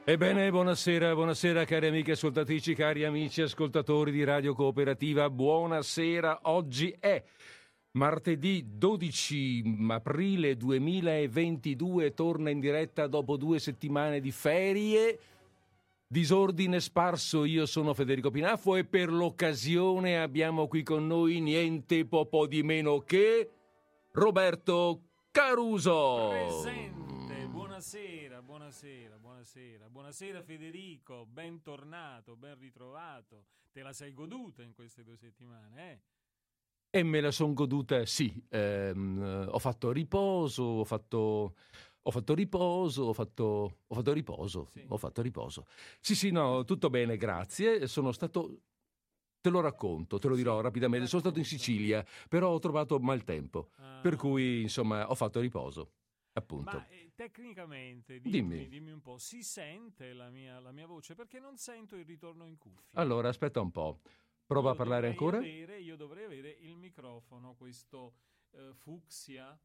Ebbene, buonasera cari amiche ascoltatrici, cari amici ascoltatori di Radio Cooperativa, buonasera. Oggi è martedì 12 aprile 2022, torna in diretta dopo 2 settimane di ferie. Disordine sparso, io sono Federico Pinaffo e per l'occasione abbiamo qui con noi niente po' di meno che Roberto Caruso. Presente, buonasera Federico, bentornato, ben ritrovato. Te la sei goduta in queste 2 settimane, eh? E me la son goduta, sì. Ho fatto riposo. Sì, no, tutto bene, grazie. Sono stato, te lo racconto, te lo dirò rapidamente. Sono stato in Sicilia, però ho trovato maltempo, per cui insomma ho fatto riposo, appunto. Ma tecnicamente, dimmi un po', si sente la mia voce? Perché non sento il ritorno in cuffia. Allora, aspetta un po', prova a parlare ancora. Io dovrei avere il microfono, questo fucsia.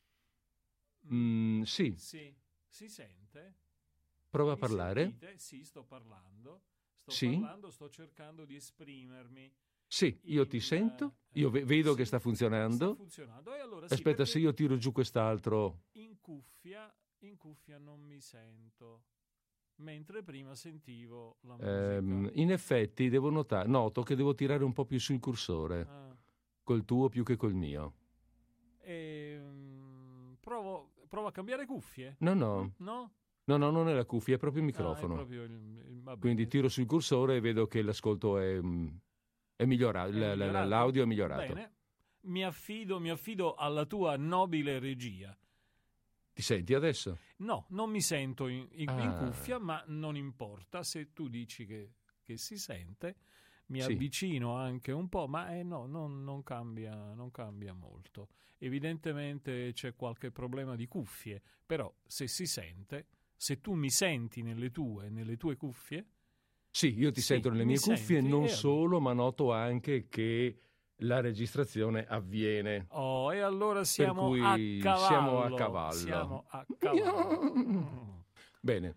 Sì. Sì, si sente? Prova a parlare. Sentite? Sì, sto parlando, sto cercando di esprimermi. Sì, io ti sento, io vedo che sta funzionando. E allora, aspetta, se io tiro giù quest'altro. In cuffia non mi sento, mentre prima sentivo la musica. In effetti noto che devo tirare un po' più sul cursore, col tuo più che col mio. Provo a cambiare cuffie? No? No? No, non è la cuffia, è proprio il microfono. È proprio Quindi tiro sul cursore e vedo che l'ascolto è migliorato, l'audio è migliorato. Bene, mi affido alla tua nobile regia. Ti senti adesso? No, non mi sento in cuffia, ma non importa, se tu dici che si sente, mi avvicino anche un po', ma no, non cambia molto. Evidentemente c'è qualche problema di cuffie, però se si sente, se tu mi senti nelle tue cuffie. Sì, io ti sento nelle mie cuffie, non solo, ma noto anche che la registrazione avviene. Oh, e allora siamo a cavallo. Siamo a cavallo. Bene.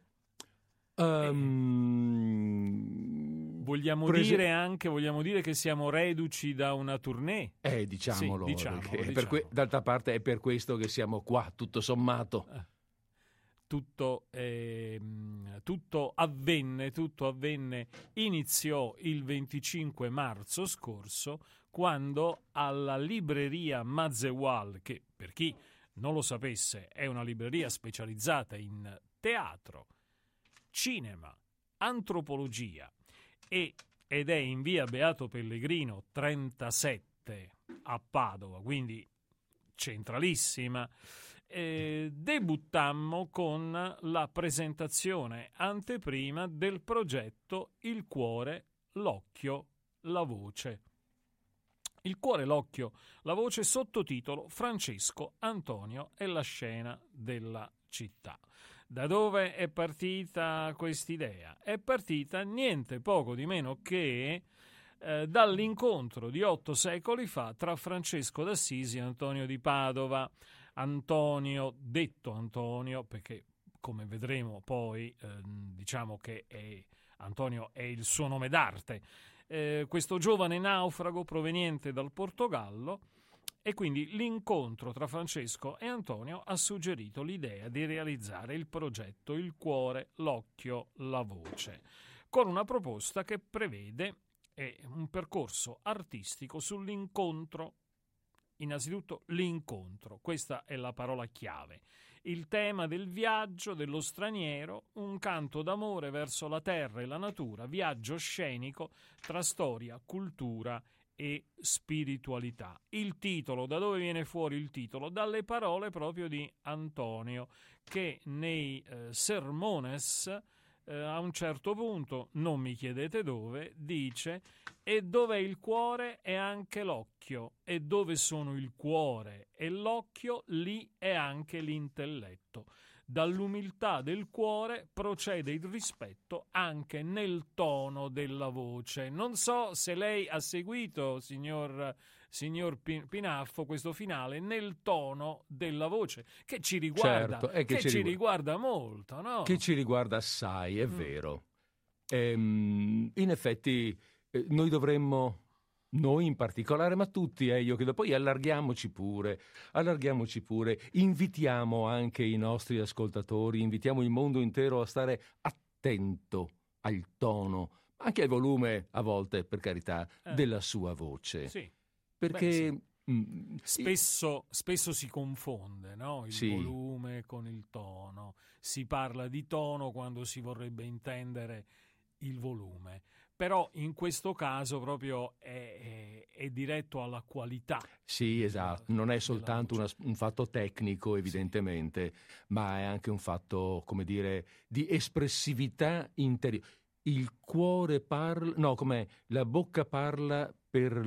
Vogliamo dire che siamo reduci da una tournée? Diciamolo. Sì, diciamo. D'altra parte è per questo che siamo qua, tutto sommato. Tutto avvenne, iniziò il 25 marzo scorso, quando alla libreria Mazewal, che per chi non lo sapesse è una libreria specializzata in teatro, cinema, antropologia ed è in via Beato Pellegrino 37 a Padova, quindi centralissima, debuttammo con la presentazione anteprima del progetto Il cuore, l'occhio, la voce. Il cuore, l'occhio, la voce, sottotitolo Francesco, Antonio e la scena della città. Da dove è partita quest'idea? È partita niente poco di meno che dall'incontro di 8 secoli fa tra Francesco d'Assisi e Antonio di Padova. Antonio, detto Antonio, perché come vedremo poi diciamo che Antonio è il suo nome d'arte, questo giovane naufrago proveniente dal Portogallo, e quindi l'incontro tra Francesco e Antonio ha suggerito l'idea di realizzare il progetto Il cuore, l'occhio, la voce, con una proposta che prevede un percorso artistico sull'incontro. Innanzitutto l'incontro, questa è la parola chiave. Il tema del viaggio, dello straniero, un canto d'amore verso la terra e la natura, viaggio scenico tra storia, cultura e spiritualità. Il titolo, da dove viene fuori il titolo? Dalle parole proprio di Antonio, che nei sermones a un certo punto, non mi chiedete dove, dice: e dove è il cuore è anche l'occhio, e dove sono il cuore e l'occhio, lì è anche l'intelletto. Dall'umiltà del cuore procede il rispetto anche nel tono della voce. Non so se lei ha seguito, signor signor Pinaffo, questo finale nel tono della voce, che ci riguarda, certo, che ci riguarda molto, no? Che ci riguarda assai, è vero. In effetti noi dovremmo, noi in particolare, ma tutti, io credo, poi allarghiamoci pure, invitiamo anche i nostri ascoltatori, invitiamo il mondo intero a stare attento al tono, anche al volume, a volte, per carità, della sua voce. Sì. Perché spesso si confonde, no? Il volume con il tono. Si parla di tono quando si vorrebbe intendere il volume. Però in questo caso proprio è diretto alla qualità. Sì, esatto, non è soltanto un fatto tecnico, evidentemente, ma è anche un fatto, come dire, di espressività interiore. Il cuore parla, no, com'è? La bocca parla per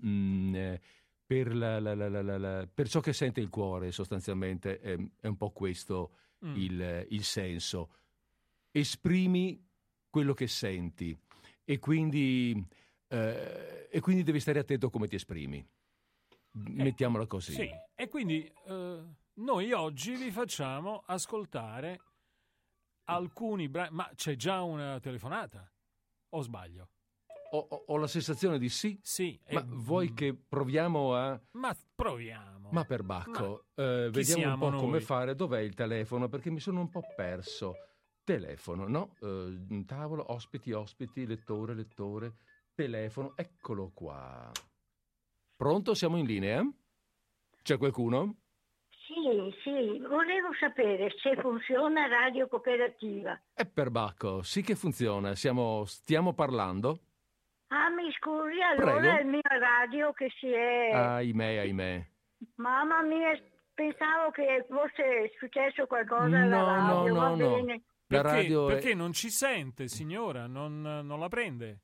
per ciò che sente il cuore, sostanzialmente, è un po' questo il senso. Esprimi quello che senti e quindi devi stare attento a come ti esprimi. Mettiamola così. Sì, e quindi noi oggi vi facciamo ascoltare alcuni brani. Ma c'è già una telefonata? O sbaglio? Ho la sensazione di sì. Sì. Ma vuoi che proviamo a... Ma proviamo. Ma per Bacco, vediamo un po' come fare. Dov'è il telefono? Perché mi sono un po' perso. Telefono, no? Tavolo, ospiti, lettore, telefono. Eccolo qua. Pronto? Siamo in linea? C'è qualcuno? Sì, volevo sapere se funziona Radio Cooperativa. Per Bacco, sì che funziona. Stiamo parlando? Ah, mi scusi, allora Prego. è il mio radio che si è... Ahimè. Mamma mia, pensavo che fosse successo qualcosa alla radio, va bene. La radio perché non ci sente, signora? Non la prende?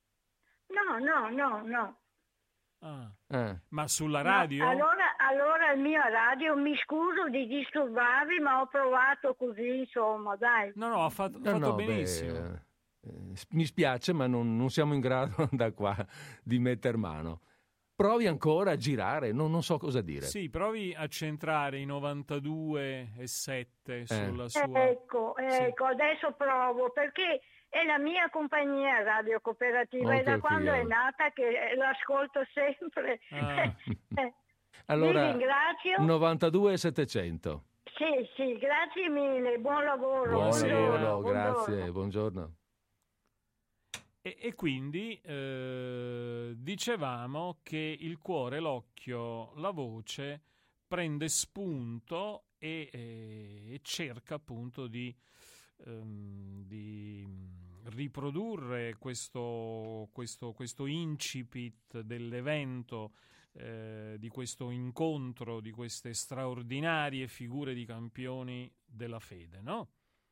No. Ma sulla radio? No, allora il mio radio, mi scuso di disturbarvi, ma ho provato così, insomma, dai. No, ha fatto benissimo. Mi spiace, ma non siamo in grado da qua di metter mano. Provi ancora a girare, non so cosa dire. Sì, provi a centrare i 92,7 sulla sua... Ecco, adesso provo, perché è la mia compagnia Radio Cooperativa, e da quando è nata che l'ascolto sempre. Allora, vi ringrazio. 92,700. Sì, grazie mille, buon lavoro. Buongiorno, grazie, buongiorno. E quindi dicevamo che il cuore, l'occhio, la voce prende spunto e cerca appunto di riprodurre questo incipit dell'evento, di questo incontro, di queste straordinarie figure di campioni della fede, no?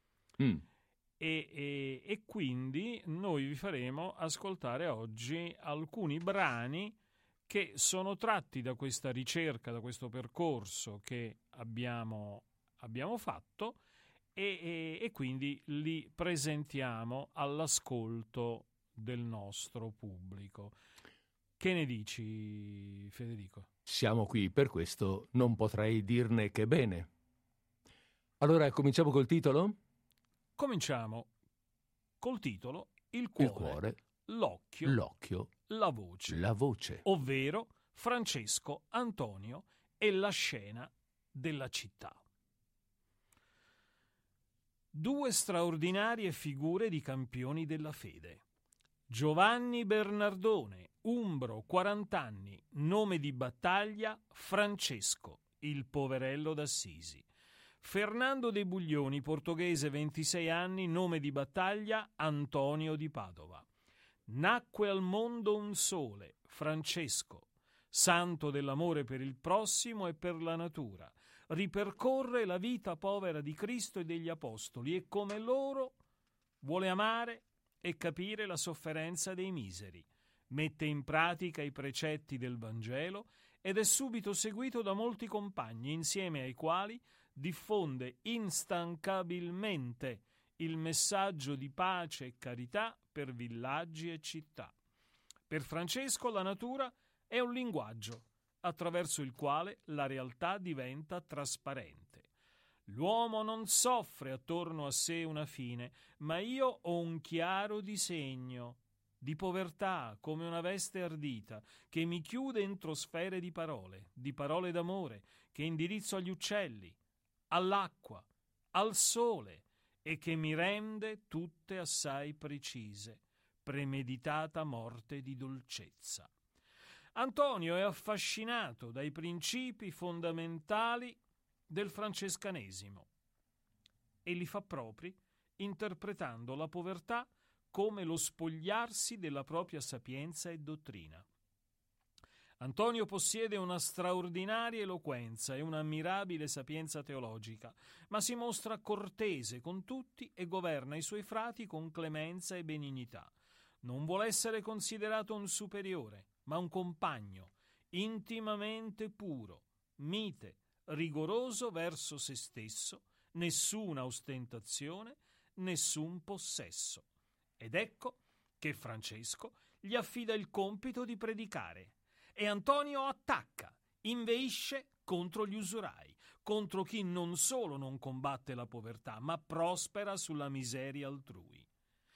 E quindi noi vi faremo ascoltare oggi alcuni brani che sono tratti da questa ricerca, da questo percorso che abbiamo fatto e quindi li presentiamo all'ascolto del nostro pubblico. Che ne dici, Federico? Siamo qui per questo, non potrei dirne che bene. Allora, cominciamo col titolo? Cominciamo col titolo Il cuore, l'occhio, la voce, ovvero Francesco Antonio e la scena della città. Due straordinarie figure di campioni della fede. Giovanni Bernardone, umbro, 40 anni, nome di battaglia Francesco, il poverello d'Assisi. Fernando de Buglioni, portoghese, 26 anni, nome di battaglia Antonio di Padova. Nacque al mondo un sole, Francesco, santo dell'amore per il prossimo e per la natura. Ripercorre la vita povera di Cristo e degli Apostoli e come loro vuole amare e capire la sofferenza dei miseri. Mette in pratica i precetti del Vangelo ed è subito seguito da molti compagni, insieme ai quali diffonde instancabilmente il messaggio di pace e carità per villaggi e città. Per Francesco la natura è un linguaggio attraverso il quale la realtà diventa trasparente. L'uomo non soffre attorno a sé una fine, ma io ho un chiaro disegno di povertà come una veste ardita che mi chiude entro sfere di parole d'amore che indirizzo agli uccelli, all'acqua, al sole e che mi rende tutte assai precise, premeditata morte di dolcezza. Antonio è affascinato dai principi fondamentali del francescanesimo e li fa propri interpretando la povertà come lo spogliarsi della propria sapienza e dottrina. Antonio possiede una straordinaria eloquenza e un'ammirabile sapienza teologica, ma si mostra cortese con tutti e governa i suoi frati con clemenza e benignità. Non vuole essere considerato un superiore, ma un compagno, intimamente puro, mite, rigoroso verso se stesso, nessuna ostentazione, nessun possesso. Ed ecco che Francesco gli affida il compito di predicare. E Antonio attacca, inveisce contro gli usurai, contro chi non solo non combatte la povertà, ma prospera sulla miseria altrui.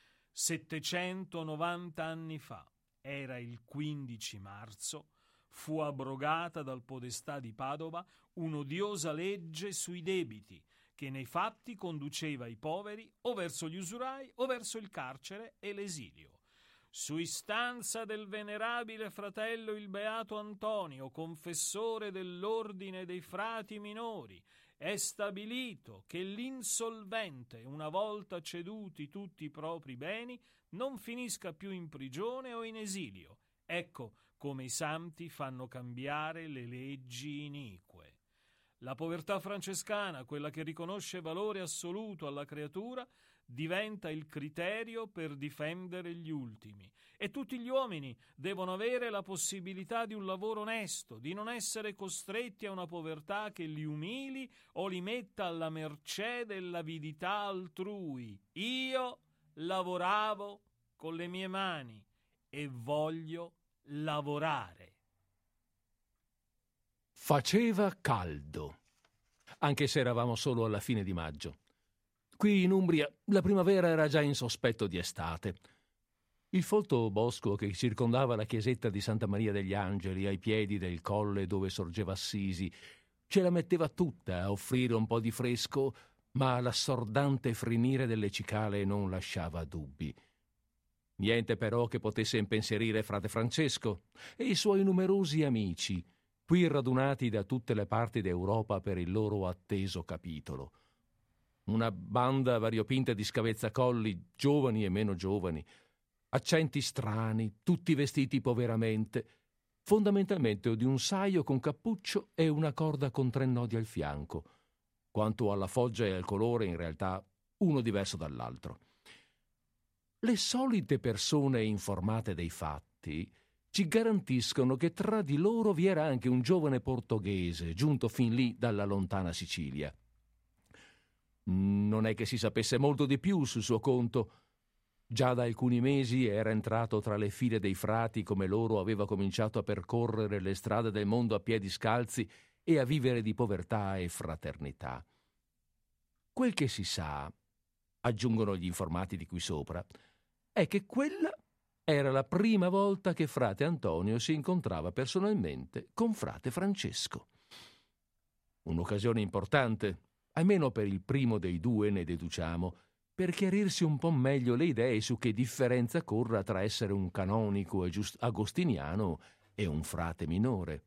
790 anni fa, era il 15 marzo, fu abrogata dal podestà di Padova un'odiosa legge sui debiti, che nei fatti conduceva i poveri o verso gli usurai o verso il carcere e l'esilio. Su istanza del venerabile fratello il beato Antonio, confessore dell'ordine dei frati minori, è stabilito che l'insolvente, una volta ceduti tutti i propri beni, non finisca più in prigione o in esilio. Ecco come i santi fanno cambiare le leggi inique. La povertà francescana, quella che riconosce valore assoluto alla creatura, diventa il criterio per difendere gli ultimi. E tutti gli uomini devono avere la possibilità di un lavoro onesto, di non essere costretti a una povertà che li umili o li metta alla mercé dell'avidità altrui. Io lavoravo con le mie mani e voglio lavorare. Faceva caldo, anche se eravamo solo alla fine di maggio. Qui in Umbria la primavera era già in sospetto di estate. Il folto bosco che circondava la chiesetta di Santa Maria degli Angeli ai piedi del colle dove sorgeva Assisi ce la metteva tutta a offrire un po' di fresco, ma l'assordante frinire delle cicale non lasciava dubbi. Niente però che potesse impensierire frate Francesco e i suoi numerosi amici, qui radunati da tutte le parti d'Europa per il loro atteso capitolo. Una banda variopinta di scavezzacolli, giovani e meno giovani, accenti strani, tutti vestiti poveramente, fondamentalmente di un saio con cappuccio e una corda con 3 nodi al fianco. Quanto alla foggia e al colore, in realtà, uno diverso dall'altro. Le solite persone informate dei fatti ci garantiscono che tra di loro vi era anche un giovane portoghese, giunto fin lì dalla lontana Sicilia. Non è che si sapesse molto di più sul suo conto. Già da alcuni mesi era entrato tra le file dei frati come loro, aveva cominciato a percorrere le strade del mondo a piedi scalzi e a vivere di povertà e fraternità. Quel che si sa, aggiungono gli informati di qui sopra, è che quella era la prima volta che frate Antonio si incontrava personalmente con frate Francesco. Un'occasione importante, almeno per il primo dei due, ne deduciamo, per chiarirsi un po' meglio le idee su che differenza corra tra essere un canonico e agostiniano e un frate minore.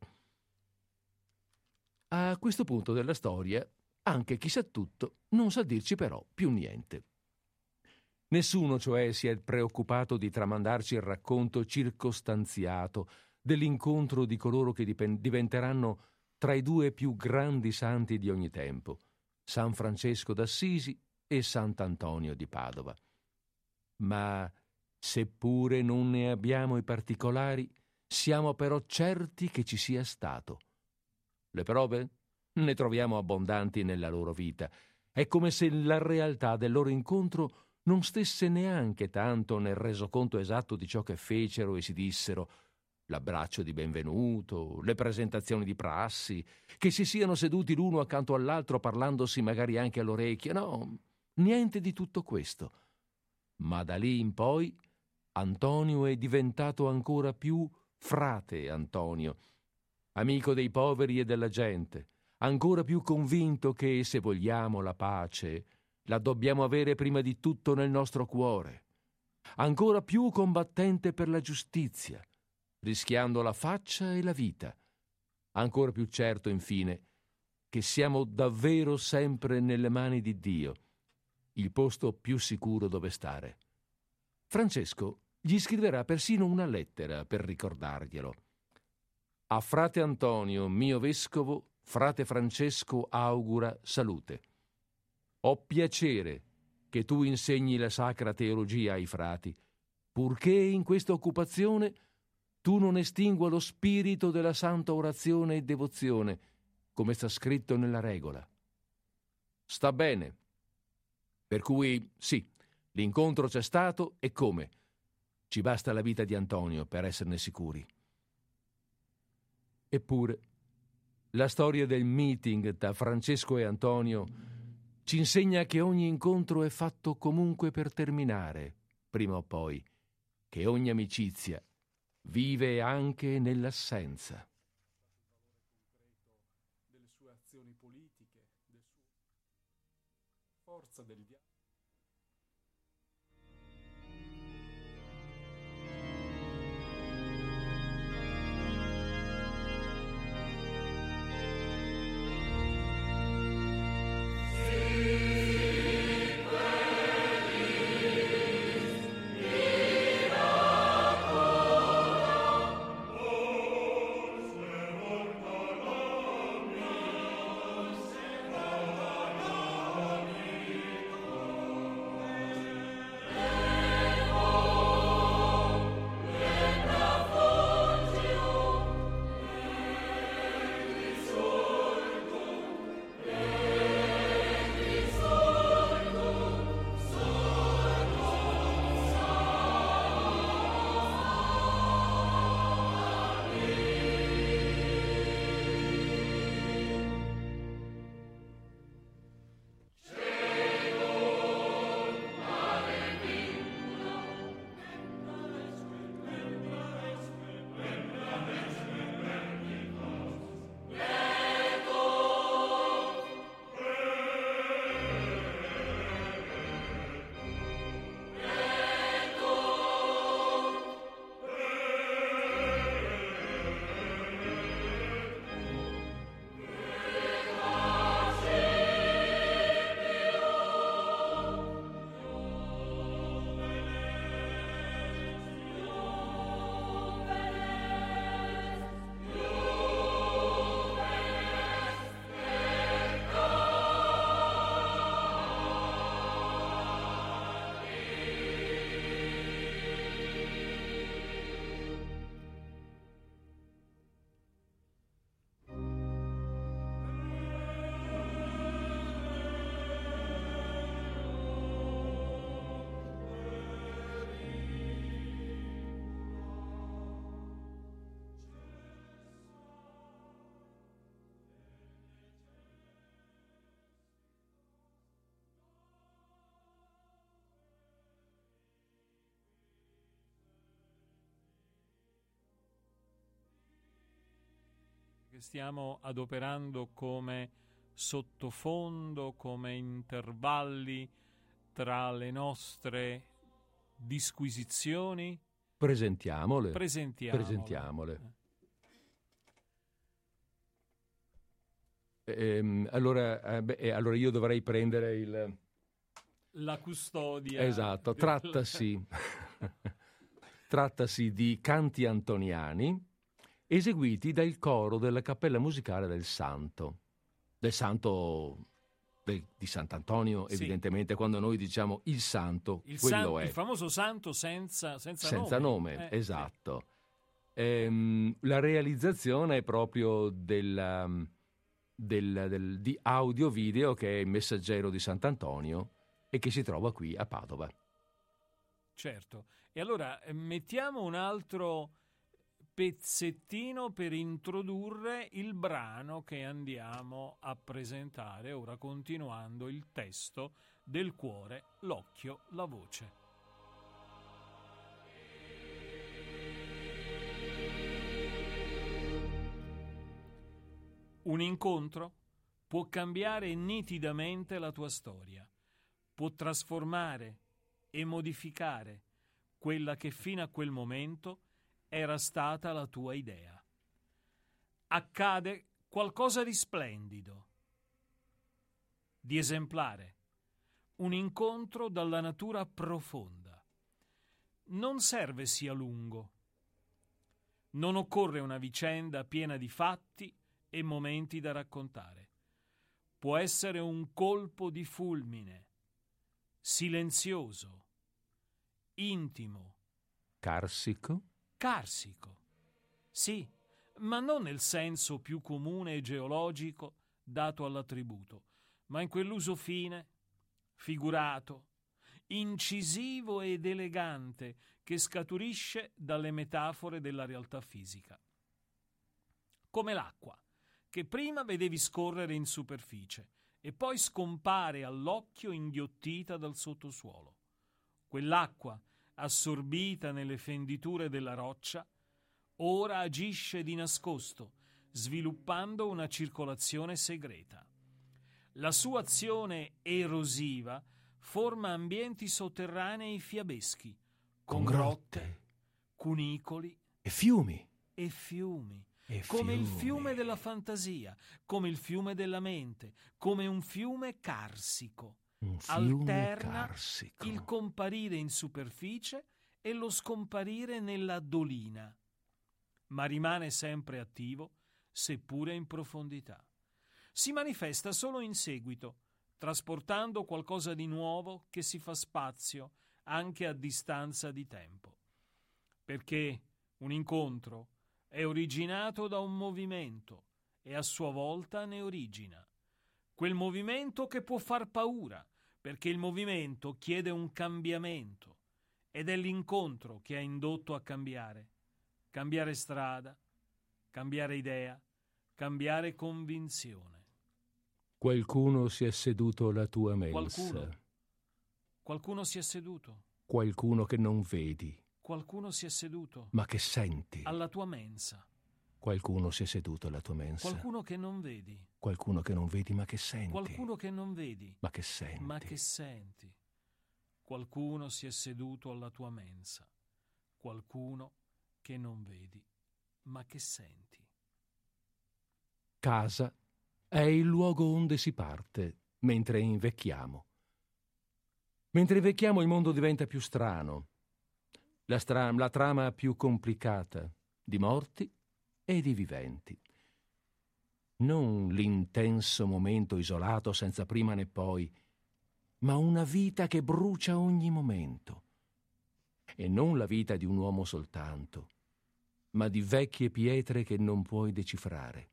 A questo punto della storia, anche chi sa tutto non sa dirci però più niente. Nessuno, cioè, si è preoccupato di tramandarci il racconto circostanziato dell'incontro di coloro che diventeranno tra i 2 più grandi santi di ogni tempo, San Francesco d'Assisi e Sant'Antonio di Padova. Ma, seppure non ne abbiamo i particolari, siamo però certi che ci sia stato. Le prove? Ne troviamo abbondanti nella loro vita. È come se la realtà del loro incontro non stesse neanche tanto nel resoconto esatto di ciò che fecero e si dissero, l'abbraccio di benvenuto, le presentazioni di prassi, che si siano seduti l'uno accanto all'altro parlandosi magari anche all'orecchio. No, niente di tutto questo. Ma da lì in poi Antonio è diventato ancora più frate Antonio, amico dei poveri e della gente, ancora più convinto che, se vogliamo la pace, la dobbiamo avere prima di tutto nel nostro cuore, ancora più combattente per la giustizia, rischiando la faccia e la vita, ancora più certo, infine, che siamo davvero sempre nelle mani di Dio, il posto più sicuro dove stare. Francesco gli scriverà persino una lettera per ricordarglielo. A frate Antonio, mio vescovo, frate Francesco augura salute. Ho piacere che tu insegni la sacra teologia ai frati, purché in questa occupazione tu non estingua lo spirito della santa orazione e devozione, come sta scritto nella regola. Sta bene. Per cui, sì, l'incontro c'è stato e come? Ci basta la vita di Antonio per esserne sicuri. Eppure, la storia del meeting tra Francesco e Antonio ci insegna che ogni incontro è fatto comunque per terminare, prima o poi, che ogni amicizia vive anche nell'assenza. Delle sue azioni politiche, del suo forza del viaggio. Che stiamo adoperando come sottofondo, come intervalli tra le nostre disquisizioni? Presentiamole. Allora io dovrei prendere la custodia. Esatto, trattasi di canti antoniani eseguiti dal coro della Cappella Musicale del Santo di Sant'Antonio, sì. Evidentemente quando noi diciamo il santo, è il famoso santo senza nome. Esatto. Sì. La realizzazione è proprio di audio video, che è il Messaggero di Sant'Antonio e che si trova qui a Padova. Certo. E allora mettiamo un altro pezzettino per introdurre il brano che andiamo a presentare, ora continuando il testo del cuore, l'occhio, la voce. Un incontro può cambiare nitidamente la tua storia, può trasformare e modificare quella che fino a quel momento era stata la tua idea. Accade qualcosa di splendido, di esemplare, un incontro dalla natura profonda. Non serve sia lungo, non occorre una vicenda piena di fatti e momenti da raccontare. Può essere un colpo di fulmine, silenzioso, intimo, carsico, sì, ma non nel senso più comune e geologico dato all'attributo, ma in quell'uso fine, figurato, incisivo ed elegante che scaturisce dalle metafore della realtà fisica. Come l'acqua, che prima vedevi scorrere in superficie e poi scompare all'occhio inghiottita dal sottosuolo. Quell'acqua, assorbita nelle fenditure della roccia, ora agisce di nascosto, sviluppando una circolazione segreta. La sua azione erosiva forma ambienti sotterranei fiabeschi, con grotte, cunicoli e fiumi. Come il fiume della fantasia, come il fiume della mente, come un fiume carsico. Alterna carsico. Il comparire in superficie e lo scomparire nella dolina, ma rimane sempre attivo, seppure in profondità. Si manifesta solo in seguito, trasportando qualcosa di nuovo che si fa spazio anche a distanza di tempo. Perché un incontro è originato da un movimento e a sua volta ne origina. Quel movimento che può far paura, perché il movimento chiede un cambiamento ed è l'incontro che ha indotto a cambiare. Cambiare strada, cambiare idea, cambiare convinzione. Qualcuno si è seduto alla tua mensa. Qualcuno si è seduto. Qualcuno che non vedi. Qualcuno si è seduto. Ma che senti. Alla tua mensa. Qualcuno si è seduto alla tua mensa. Qualcuno che non vedi. Qualcuno che non vedi ma che senti. Qualcuno che non vedi. Ma che senti. Ma che senti. Qualcuno si è seduto alla tua mensa. Qualcuno che non vedi ma che senti. Casa è il luogo onde si parte mentre invecchiamo. Mentre invecchiamo il mondo diventa più strano. La trama più complicata di morti e di viventi. Non l'intenso momento isolato senza prima né poi, ma una vita che brucia ogni momento. E non la vita di un uomo soltanto, ma di vecchie pietre che non puoi decifrare.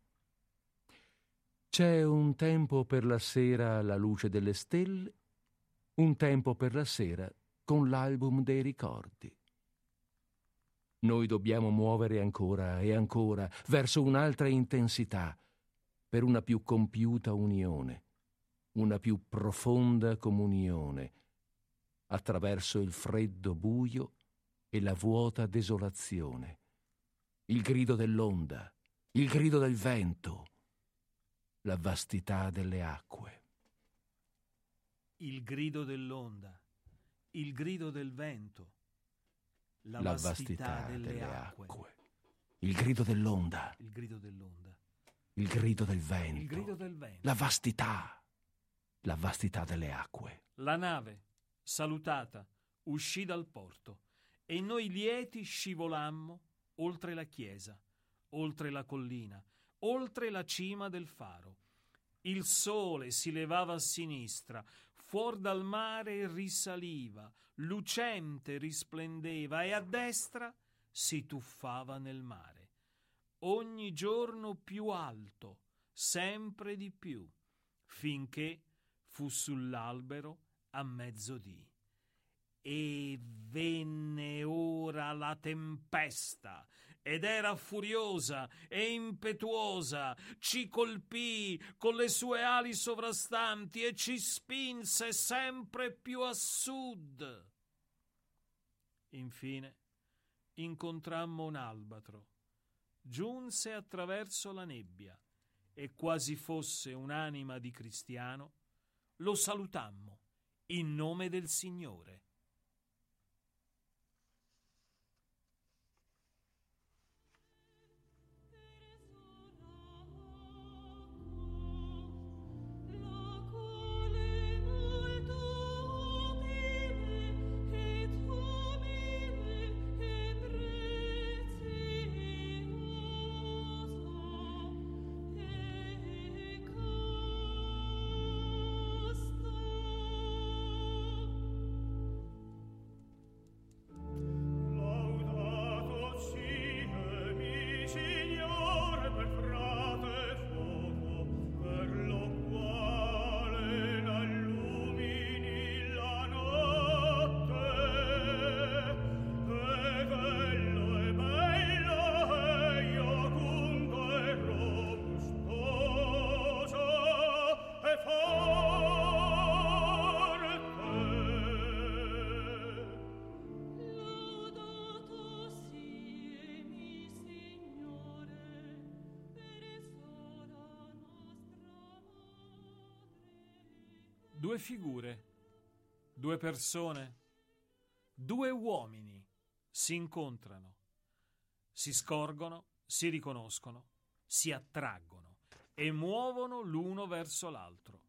C'è un tempo per la sera alla luce delle stelle, un tempo per la sera con l'album dei ricordi. Noi dobbiamo muovere ancora e ancora verso un'altra intensità, per una più compiuta unione, una più profonda comunione, attraverso il freddo buio e la vuota desolazione, il grido dell'onda, il grido del vento, la vastità delle acque. Il grido dell'onda, il grido del vento, la vastità delle acque. Il grido dell'onda, il grido dell'onda, il grido del vento, il grido del vento, la vastità delle acque. La nave, salutata, uscì dal porto e noi lieti scivolammo oltre la chiesa, oltre la collina, oltre la cima del faro. Il sole si levava a sinistra, fuor dal mare risaliva, lucente risplendeva e a destra si tuffava nel mare. Ogni giorno più alto, sempre di più, finché fu sull'albero a mezzodì. E venne ora la tempesta, ed era furiosa e impetuosa, ci colpì con le sue ali sovrastanti e ci spinse sempre più a sud. Infine incontrammo un albatro, giunse attraverso la nebbia e quasi fosse un'anima di cristiano, lo salutammo in nome del Signore. Due figure, due persone, due uomini si incontrano, si scorgono, si riconoscono, si attraggono e muovono l'uno verso l'altro.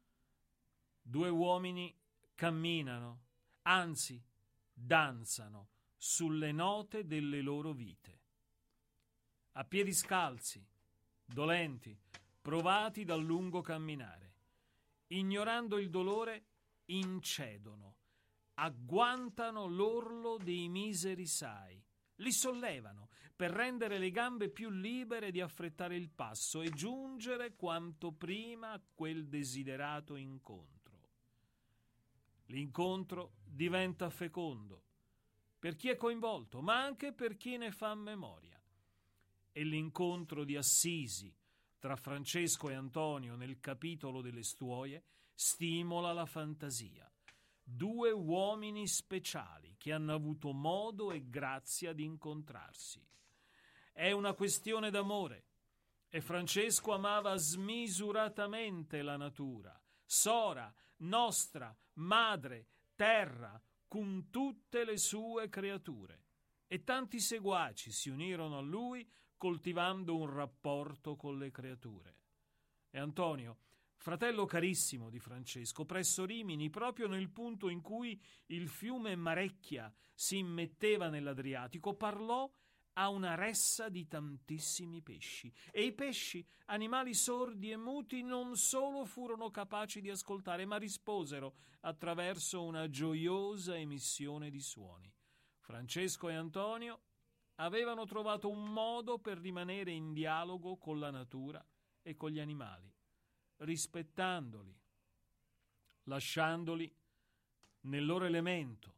Due uomini camminano, anzi danzano sulle note delle loro vite. A piedi scalzi, dolenti, provati dal lungo camminare. Ignorando il dolore, incedono, agguantano l'orlo dei miseri sai, li sollevano per rendere le gambe più libere di affrettare il passo e giungere quanto prima a quel desiderato incontro. L'incontro diventa fecondo per chi è coinvolto, ma anche per chi ne fa memoria. E l'incontro di Assisi tra Francesco e Antonio nel capitolo delle Stuoie stimola la fantasia. Due uomini speciali che hanno avuto modo e grazia di incontrarsi. È una questione d'amore e Francesco amava smisuratamente la natura, sora, nostra, madre, terra, con tutte le sue creature. E tanti seguaci si unirono a lui coltivando un rapporto con le creature. E Antonio, fratello carissimo di Francesco, presso Rimini, proprio nel punto in cui il fiume Marecchia si immetteva nell'Adriatico, parlò a una ressa di tantissimi pesci. E i pesci, animali sordi e muti, non solo furono capaci di ascoltare, ma risposero attraverso una gioiosa emissione di suoni. Francesco e Antonio avevano trovato un modo per rimanere in dialogo con la natura e con gli animali, rispettandoli, lasciandoli nel loro elemento,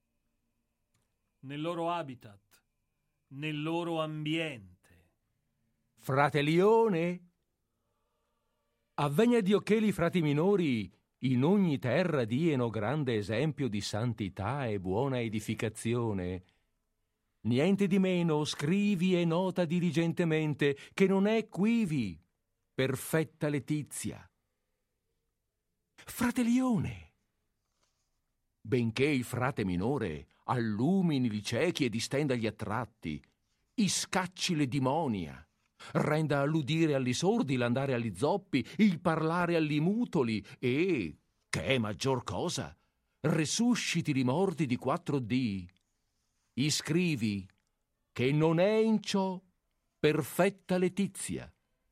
nel loro habitat, nel loro ambiente. Fratelione, avvegna Dio che li frati minori in ogni terra dieno grande esempio di santità e buona edificazione. Niente di meno scrivi e nota diligentemente che non è quivi perfetta letizia. Fratelione, benché il frate minore allumini li ciechi e distenda gli attratti, iscacci le dimonia, renda all'udire agli sordi, l'andare agli zoppi, il parlare agli mutoli e, che è maggior cosa, resusciti li morti di 4D. Iscrivi che non è in ciò perfetta letizia.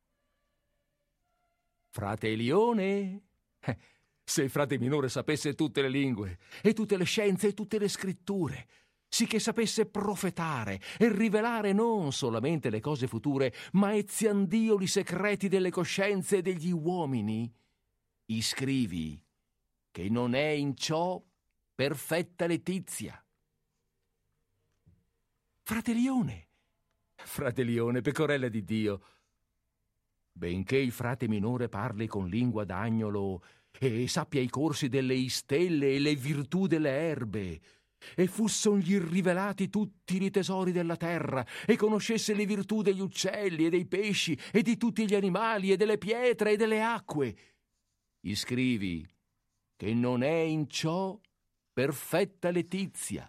Frate Elione, se il frate minore sapesse tutte le lingue e tutte le scienze e tutte le scritture, sì che sapesse profetare e rivelare non solamente le cose future, ma eziandio i segreti delle coscienze degli uomini, iscrivi che non è in ciò perfetta letizia. Frate Lione, Frate Lione, pecorella di Dio, benché il frate minore parli con lingua d'agnolo e sappia i corsi delle istelle e le virtù delle erbe, e fussongli rivelati tutti i tesori della terra, e conoscesse le virtù degli uccelli e dei pesci e di tutti gli animali e delle pietre e delle acque, iscrivi che non è in ciò perfetta letizia.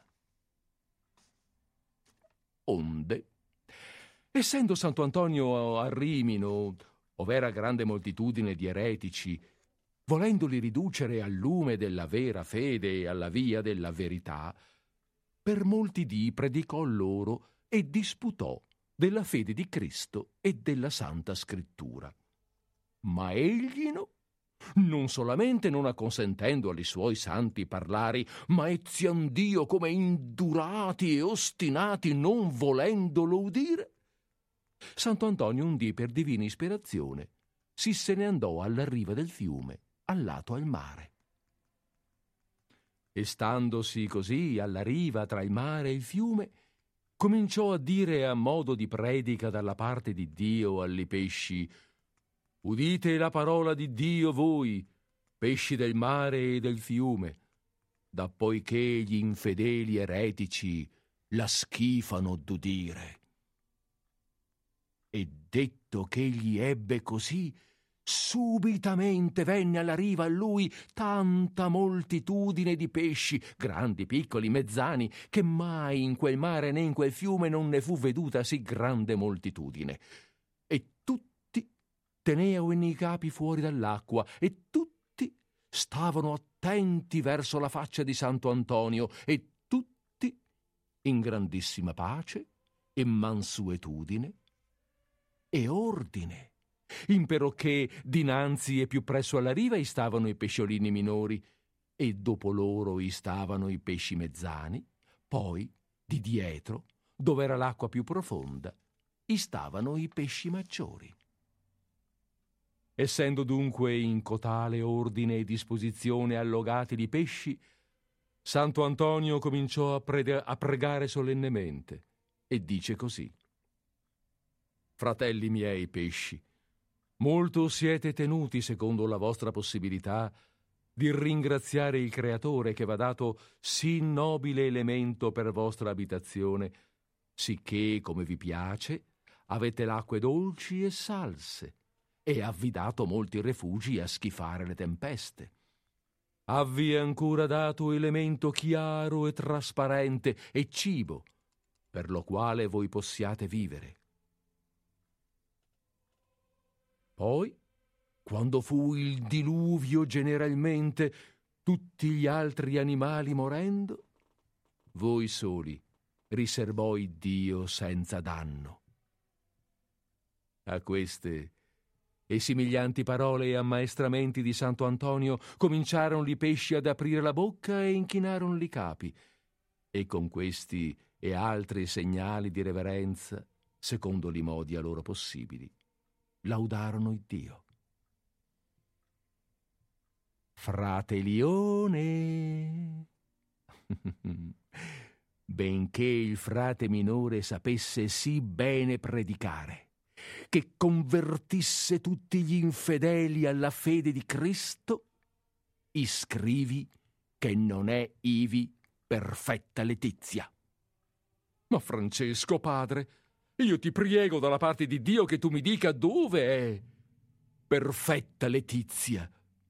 Onde, essendo Santo Antonio a Rimino, ov'era grande moltitudine di eretici, volendoli riducere al lume della vera fede e alla via della verità, per molti dì predicò loro e disputò della fede di Cristo e della Santa Scrittura. Ma egli non solamente non acconsentendo agli suoi santi parlari, ma ezzian Dio come indurati e ostinati, non volendolo udire, Santo Antonio un dì per divina ispirazione se ne andò alla riva del fiume, al lato al mare. E standosi così alla riva tra il mare e il fiume, cominciò a dire a modo di predica dalla parte di Dio agli pesci: udite la parola di Dio voi, pesci del mare e del fiume, da poiché gli infedeli eretici la schifano d'udire. E detto che egli ebbe così, subitamente venne alla riva a lui tanta moltitudine di pesci, grandi, piccoli, mezzani, che mai in quel mare né in quel fiume non ne fu veduta sì grande moltitudine. E tutti teneano i capi fuori dall'acqua, e tutti stavano attenti verso la faccia di Santo Antonio, e tutti in grandissima pace e mansuetudine e ordine, imperocché dinanzi e più presso alla riva stavano i pesciolini minori, e dopo loro stavano i pesci mezzani, poi di dietro, dove era l'acqua più profonda, stavano i pesci maggiori. Essendo dunque in cotale ordine e disposizione allogati di pesci, Santo Antonio cominciò a pregare solennemente e dice così: fratelli miei pesci, molto siete tenuti, secondo la vostra possibilità, di ringraziare il Creatore che v'ha dato sì nobile elemento per vostra abitazione, sicché, come vi piace, avete l'acque dolci e salse, e havvi dato molti refugi a schifare le tempeste. Havvi ancora dato elemento chiaro e trasparente e cibo, per lo quale voi possiate vivere. Poi, quando fu il diluvio generalmente, tutti gli altri animali morendo, voi soli riservò Dio senza danno. A queste e similianti parole e ammaestramenti di Santo Antonio cominciarono i pesci ad aprire la bocca e inchinarono i capi, e con questi e altri segnali di reverenza, secondo i modi a loro possibili, laudarono il Dio. Frate Lione, benché il frate minore sapesse sì bene predicare, che convertisse tutti gli infedeli alla fede di Cristo, iscrivi che non è ivi perfetta letizia. Ma Francesco, padre, io ti prego dalla parte di Dio che tu mi dica dove è perfetta letizia.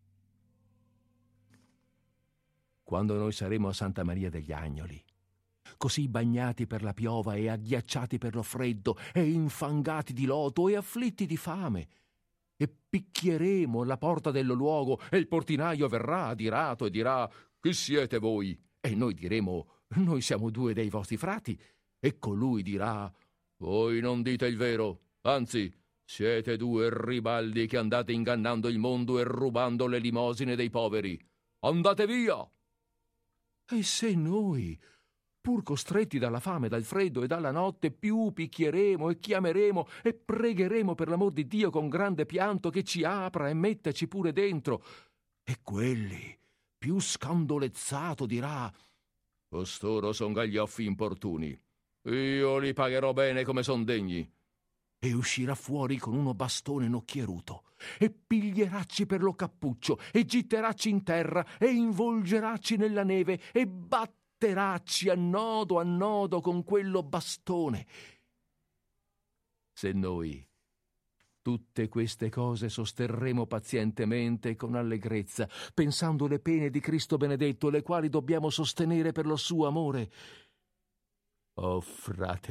Quando noi saremo a Santa Maria degli Agnoli, così bagnati per la piova e agghiacciati per lo freddo e infangati di loto e afflitti di fame, e picchieremo alla porta del luogo e il portinaio verrà adirato e dirà: chi siete voi? E noi diremo: noi siamo 2 dei vostri frati. E colui dirà: voi non dite il vero, anzi siete 2 ribaldi che andate ingannando il mondo e rubando le limosine dei poveri. Andate via! E se noi, pur costretti dalla fame, dal freddo e dalla notte, più picchieremo e chiameremo e pregheremo per l'amor di Dio con grande pianto che ci apra e mettaci pure dentro, e quelli, più scandolezzato, dirà: costoro son gaglioffi importuni, io li pagherò bene come son degni. E uscirà fuori con uno bastone nocchieruto, e piglieracci per lo cappuccio, e gitteracci in terra, e involgeracci nella neve, e batteracci a nodo con quello bastone. Se noi tutte queste cose sosterremo pazientemente e con allegrezza, pensando le pene di Cristo benedetto, le quali dobbiamo sostenere per lo suo amore. Oh frate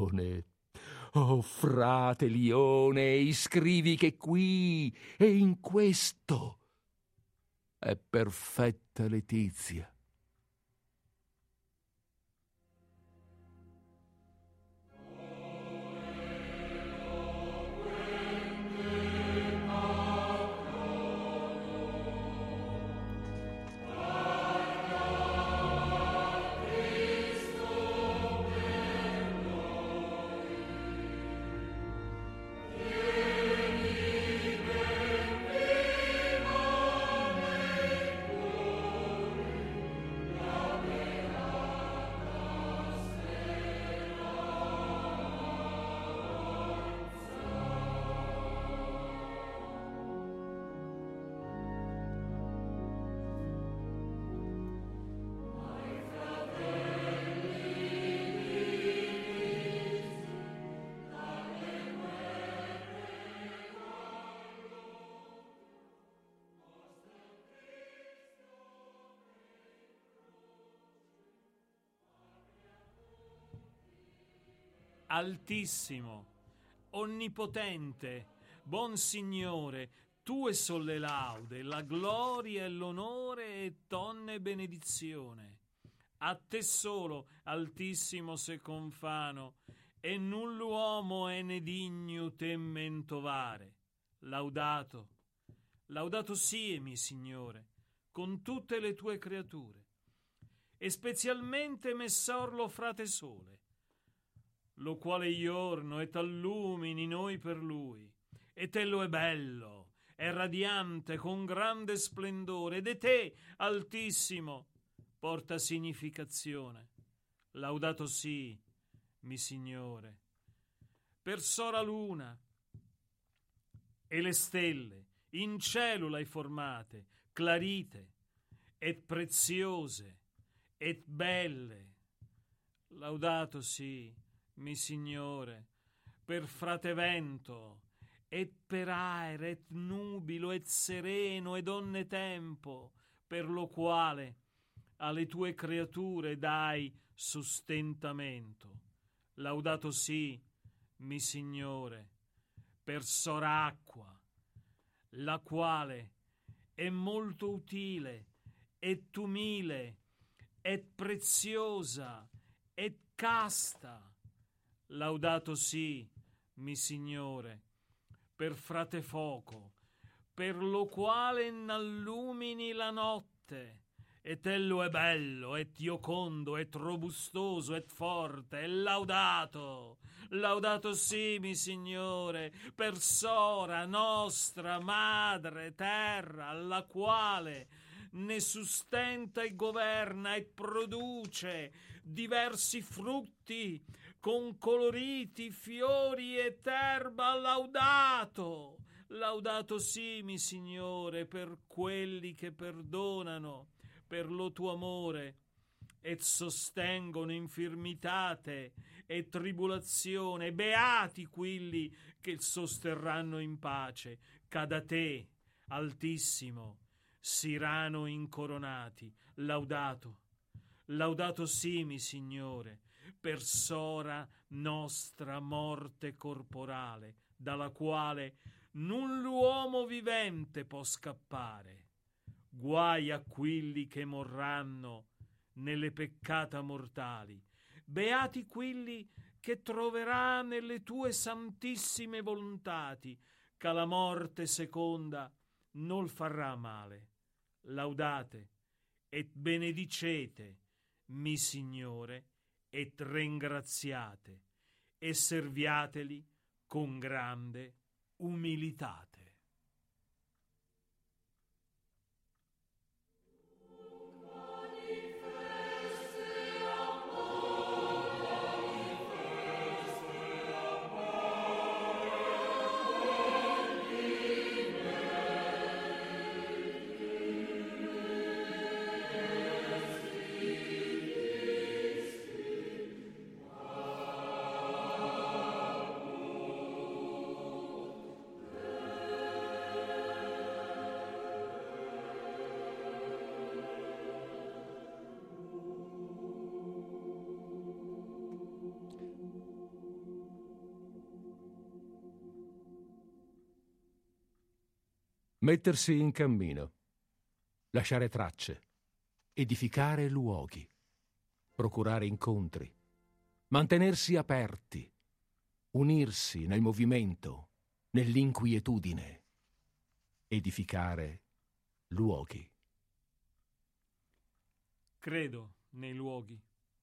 Lione, iscrivi che qui e in questo è perfetta letizia. Altissimo, onnipotente, buon Signore, tue son le laude, la gloria e l'onore e tonne benedizione. A te solo, altissimo se confano, e null'uomo è ne digno te mentovare. Laudato, laudato sie, mi Signore, con tutte le tue creature, e specialmente messor lo frate sole, lo quale giorno e t'allumini noi per lui, e tello è bello, è radiante con grande splendore, ed è te, altissimo, porta significazione. Laudato sì, mi Signore, per sora luna, e le stelle in cielo l'hai formate, clarite, et preziose, et belle. Laudato sì, mi Signore, per frate vento, et per aere, et nubilo, et sereno, ed onne tempo, per lo quale alle tue creature dai sostentamento. Laudato sì, mi Signore, per soracqua, la quale è molto utile, et umile, et preziosa, et casta. Laudato sì, mi Signore, per frate fuoco, per lo quale n'allumini la notte, et ello è bello, et iocondo, et robustoso, et forte, e laudato, laudato sì, mi Signore, per sora nostra madre terra, alla quale ne sustenta e governa e produce diversi frutti con coloriti fiori ed erba. Laudato, laudato sì, mi Signore, per quelli che perdonano per lo tuo amore et sostengono infirmitate e tribolazione. Beati quelli che sosterranno in pace, cada te, altissimo, siranno incoronati. Laudato, laudato sì, mi Signore, per sora nostra morte corporale, dalla quale null'uomo vivente può scappare. Guai a quelli che morranno nelle peccata mortali. Beati quelli che troverà nelle tue santissime volontati, che la morte seconda non farà male. Laudate et benedicete, mi Signore, et ringraziate, e serviateli con grande umilitate. Mettersi in cammino, lasciare tracce, edificare luoghi, procurare incontri, mantenersi aperti, unirsi nel movimento, nell'inquietudine, edificare luoghi. Credo nei luoghi.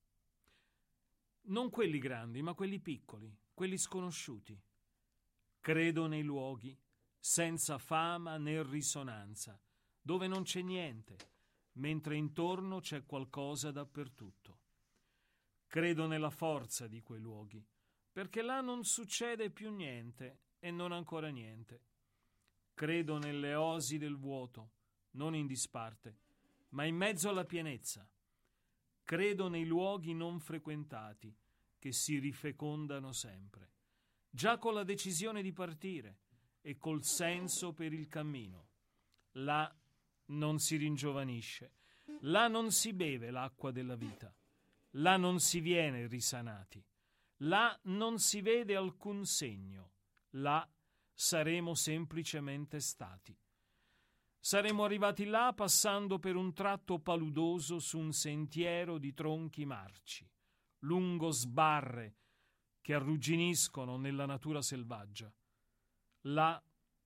Non quelli grandi, ma quelli piccoli, quelli sconosciuti. Credo nei luoghi senza fama né risonanza, dove non c'è niente, mentre intorno c'è qualcosa dappertutto. Credo nella forza di quei luoghi, perché là non succede più niente e non ancora niente. Credo nelle oasi del vuoto, non in disparte, ma in mezzo alla pienezza. Credo nei luoghi non frequentati, che si rifecondano sempre, già con la decisione di partire e col senso per il cammino. Là non si ringiovanisce, là non si beve l'acqua della vita, là non si viene risanati, là non si vede alcun segno, là saremo semplicemente stati. Saremo arrivati là passando per un tratto paludoso su un sentiero di tronchi marci, lungo sbarre che arrugginiscono nella natura selvaggia. Là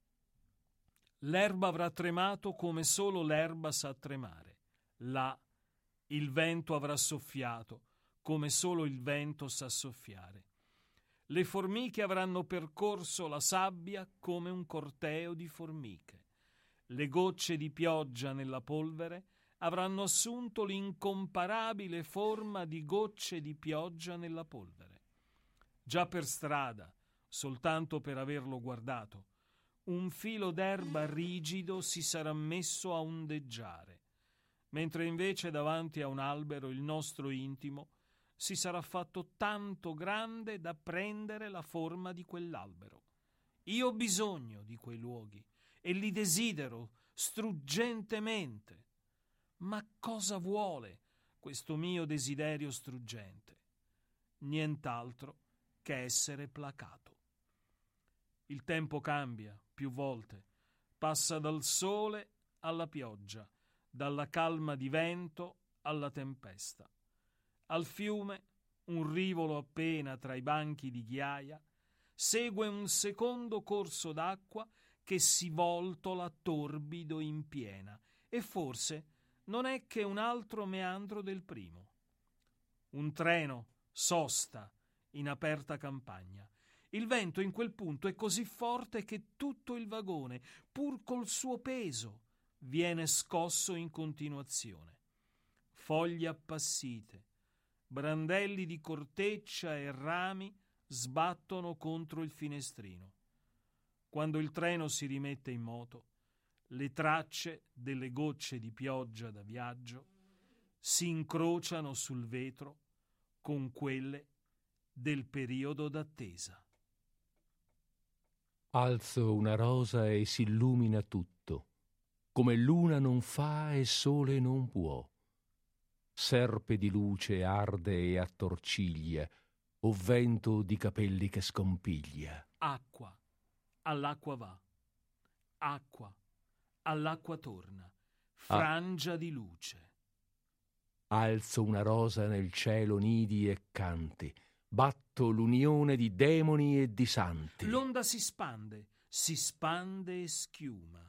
l'erba avrà tremato come solo l'erba sa tremare. Là il vento avrà soffiato come solo il vento sa soffiare. Le formiche avranno percorso la sabbia come un corteo di formiche. Le gocce di pioggia nella polvere avranno assunto l'incomparabile forma di gocce di pioggia nella polvere. Già per strada, soltanto per averlo guardato, un filo d'erba rigido si sarà messo a ondeggiare, mentre invece davanti a un albero il nostro intimo si sarà fatto tanto grande da prendere la forma di quell'albero. Io ho bisogno di quei luoghi e li desidero struggentemente. Ma cosa vuole questo mio desiderio struggente? Nient'altro che essere placato. Il tempo cambia più volte, passa dal sole alla pioggia, dalla calma di vento alla tempesta. Al fiume, un rivolo appena tra i banchi di ghiaia, segue un secondo corso d'acqua che si voltola torbido in piena, e forse non è che un altro meandro del primo. Un treno sosta in aperta campagna. Il vento in quel punto è così forte che tutto il vagone, pur col suo peso, viene scosso in continuazione. Foglie appassite, brandelli di corteccia e rami sbattono contro il finestrino. Quando il treno si rimette in moto, le tracce delle gocce di pioggia da viaggio si incrociano sul vetro con quelle del periodo d'attesa. Alzo una rosa e si illumina tutto, come luna non fa e sole non può. Serpe di luce arde e attorciglia, o vento di capelli che scompiglia. Acqua, all'acqua va. Acqua, all'acqua torna. Frangia di luce. Alzo una rosa nel cielo nidi e canti, batto l'unione di demoni e di santi. L'onda si spande e schiuma.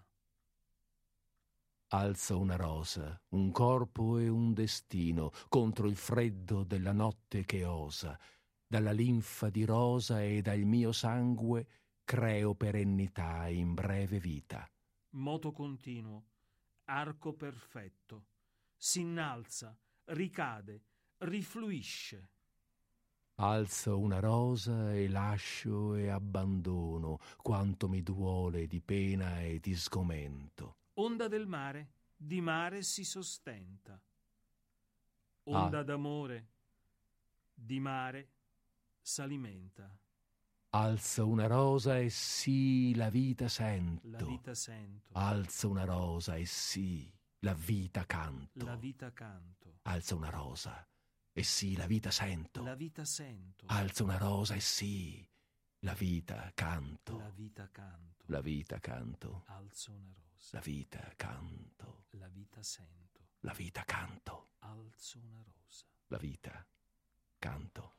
Alzo una rosa, un corpo e un destino, contro il freddo della notte che osa. Dalla linfa di rosa e dal mio sangue creo perennità in breve vita. Moto continuo, arco perfetto, s'innalza, ricade, rifluisce. Alzo una rosa e lascio e abbandono quanto mi duole di pena e di sgomento. Onda del mare, di mare si sostenta. Onda d'amore, di mare s'alimenta. Alzo una rosa e sì, la vita sento. La vita sento. Alzo una rosa e sì, la vita canto. La vita canto. Alzo una rosa e sì, la vita sento. La vita sento. Alzo una rosa e sì, la vita canto. La vita canto. La vita canto. Alzo una rosa. rosa. La vita canto. La vita sento. La vita canto. Alzo una rosa. La vita canto.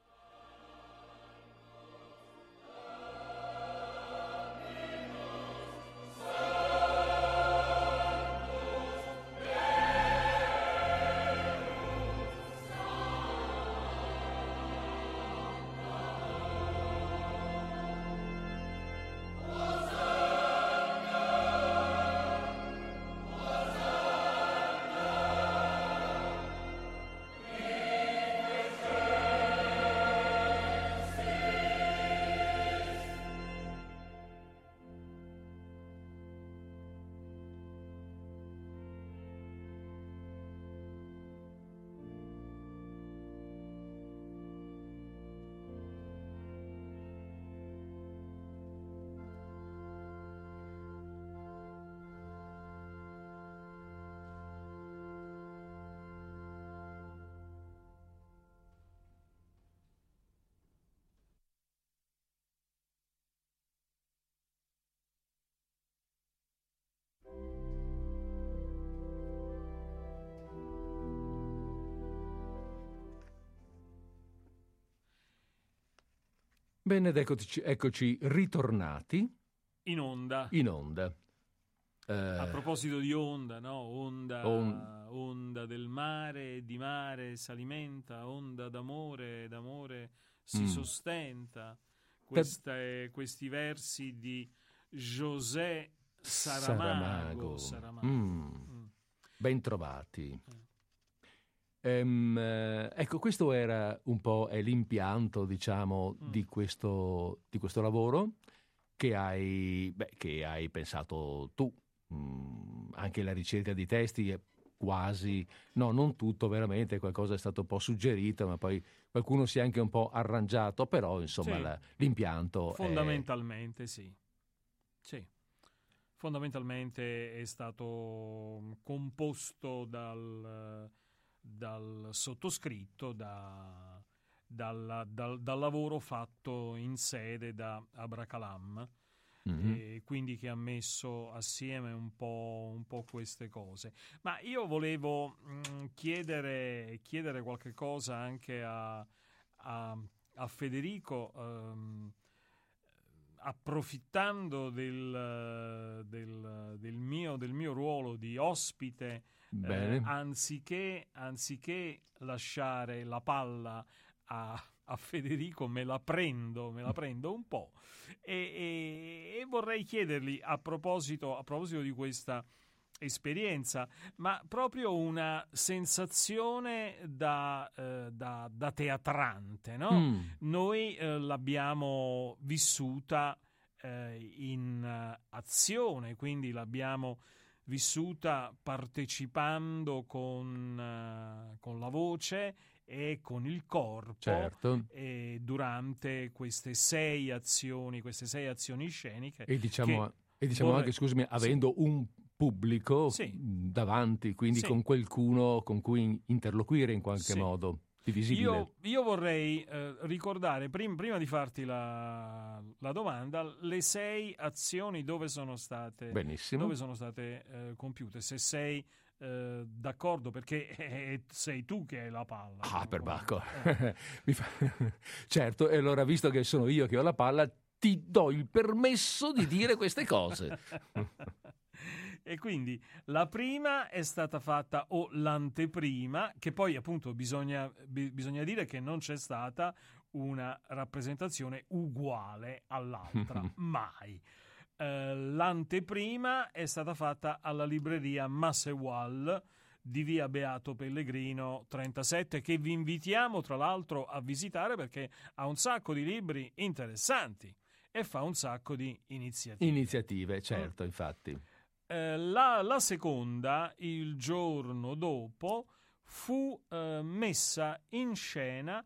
Bene, ed eccoci ritornati in onda. A proposito di onda, no? Onda del mare, di mare s'alimenta, onda d'amore si sostenta. Questi versi di José Saramago. Ben trovati. Ecco, questo era un po' l'impianto, diciamo, di questo lavoro che hai pensato tu. Anche la ricerca di testi è quasi, no, non tutto veramente, qualcosa è stato un po' suggerito, ma poi qualcuno si è anche un po' arrangiato, però insomma sì. L'impianto fondamentalmente sì. Fondamentalmente è stato composto dal sottoscritto, dal lavoro fatto in sede da Abracalam, e quindi che ha messo assieme un po' queste cose. Ma io volevo chiedere qualche cosa anche a Federico, approfittando del mio ruolo di ospite. Anziché lasciare la palla a Federico, me la prendo un po' e vorrei chiedergli a proposito di questa esperienza, ma proprio una sensazione da teatrante, no? Noi l'abbiamo vissuta in azione, quindi l'abbiamo vissuta partecipando con la voce e con il corpo, certo. E durante queste sei azioni sceniche. E diciamo anche, scusami, avendo un pubblico davanti, quindi con qualcuno con cui interloquire in qualche modo. Divisibile. Io vorrei ricordare, prima di farti la domanda, le sei azioni dove sono state compiute, se sei d'accordo, perché sei tu che hai la palla. Perbacco. Certo, e allora, visto che sono io che ho la palla, ti do il permesso di dire queste cose. E quindi la prima è stata fatta, o l'anteprima, che poi appunto bisogna dire che non c'è stata una rappresentazione uguale all'altra, mai. L'anteprima è stata fatta alla libreria Massewal di via Beato Pellegrino 37, che vi invitiamo tra l'altro a visitare perché ha un sacco di libri interessanti e fa un sacco di iniziative. Certo, infatti. La seconda, il giorno dopo, fu messa in scena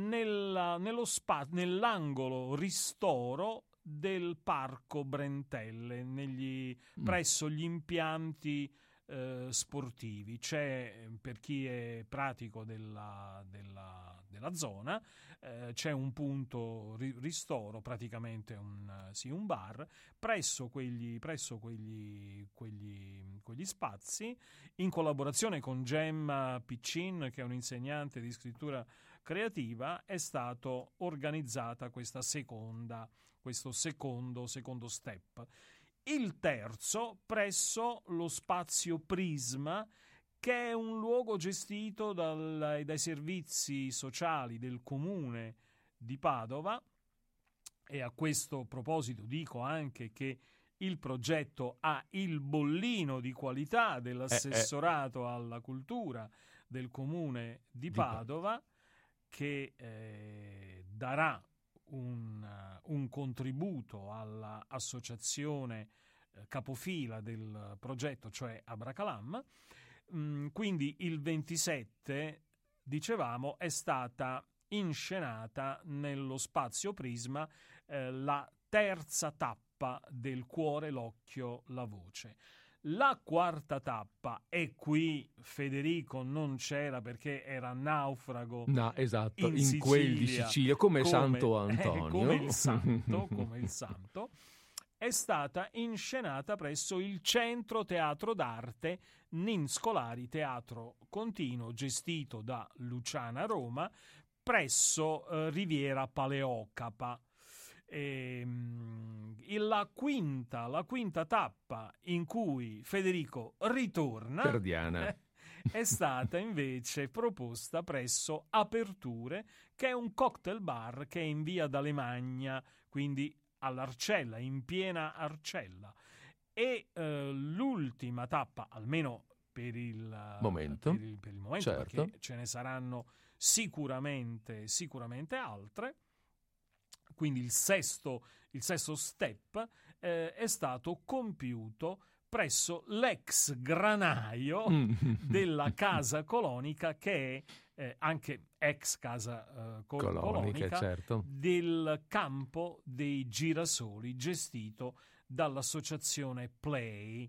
nell'angolo ristoro del Parco Brentelle, presso gli impianti sportivi. C'è, per chi è pratico della zona, c'è un punto ristoro, praticamente un bar, presso quegli spazi, in collaborazione con Gemma Piccin, che è un'insegnante di scrittura creativa. È stato organizzata questo secondo step. Il terzo presso lo spazio Prisma, che è un luogo gestito dai servizi sociali del comune di Padova, e a questo proposito dico anche che il progetto ha il bollino di qualità dell'assessorato alla cultura del comune di Padova, che darà un contributo all'associazione capofila del progetto, cioè Abracalam. Quindi il 27, dicevamo, è stata inscenata nello spazio Prisma la terza tappa del Cuore, l'Occhio, la Voce. La quarta tappa, e qui Federico non c'era perché era naufrago, esatto, in Sicilia, quel di Sicilia, come Santo Antonio. Come il santo, è stata inscenata presso il Centro Teatro d'Arte Nin Scolari Teatro Continuo, gestito da Luciana Roma, presso Riviera Paleocapa. La quinta tappa, in cui Federico ritorna, Perdiana, è stata invece proposta presso Aperture, che è un cocktail bar che è in via D'Alemagna, quindi all'Arcella, in piena Arcella. E l'ultima tappa, almeno per il momento, certo, perché ce ne saranno sicuramente altre. Quindi il sesto step è stato compiuto presso l'ex granaio della casa colonica, che è anche ex casa colonica, certo, del campo dei girasoli, gestito dall'associazione Play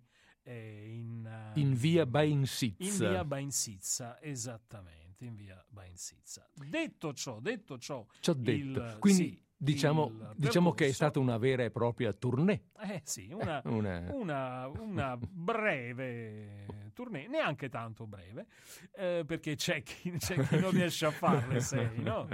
in via Bainsizza. In via Bainsizza, esattamente, in via Bainsizza. Detto ciò, quindi diciamo che è stata una vera e propria tournée. Sì, una breve tournée, neanche tanto breve, perché c'è chi non riesce a farle 6, no?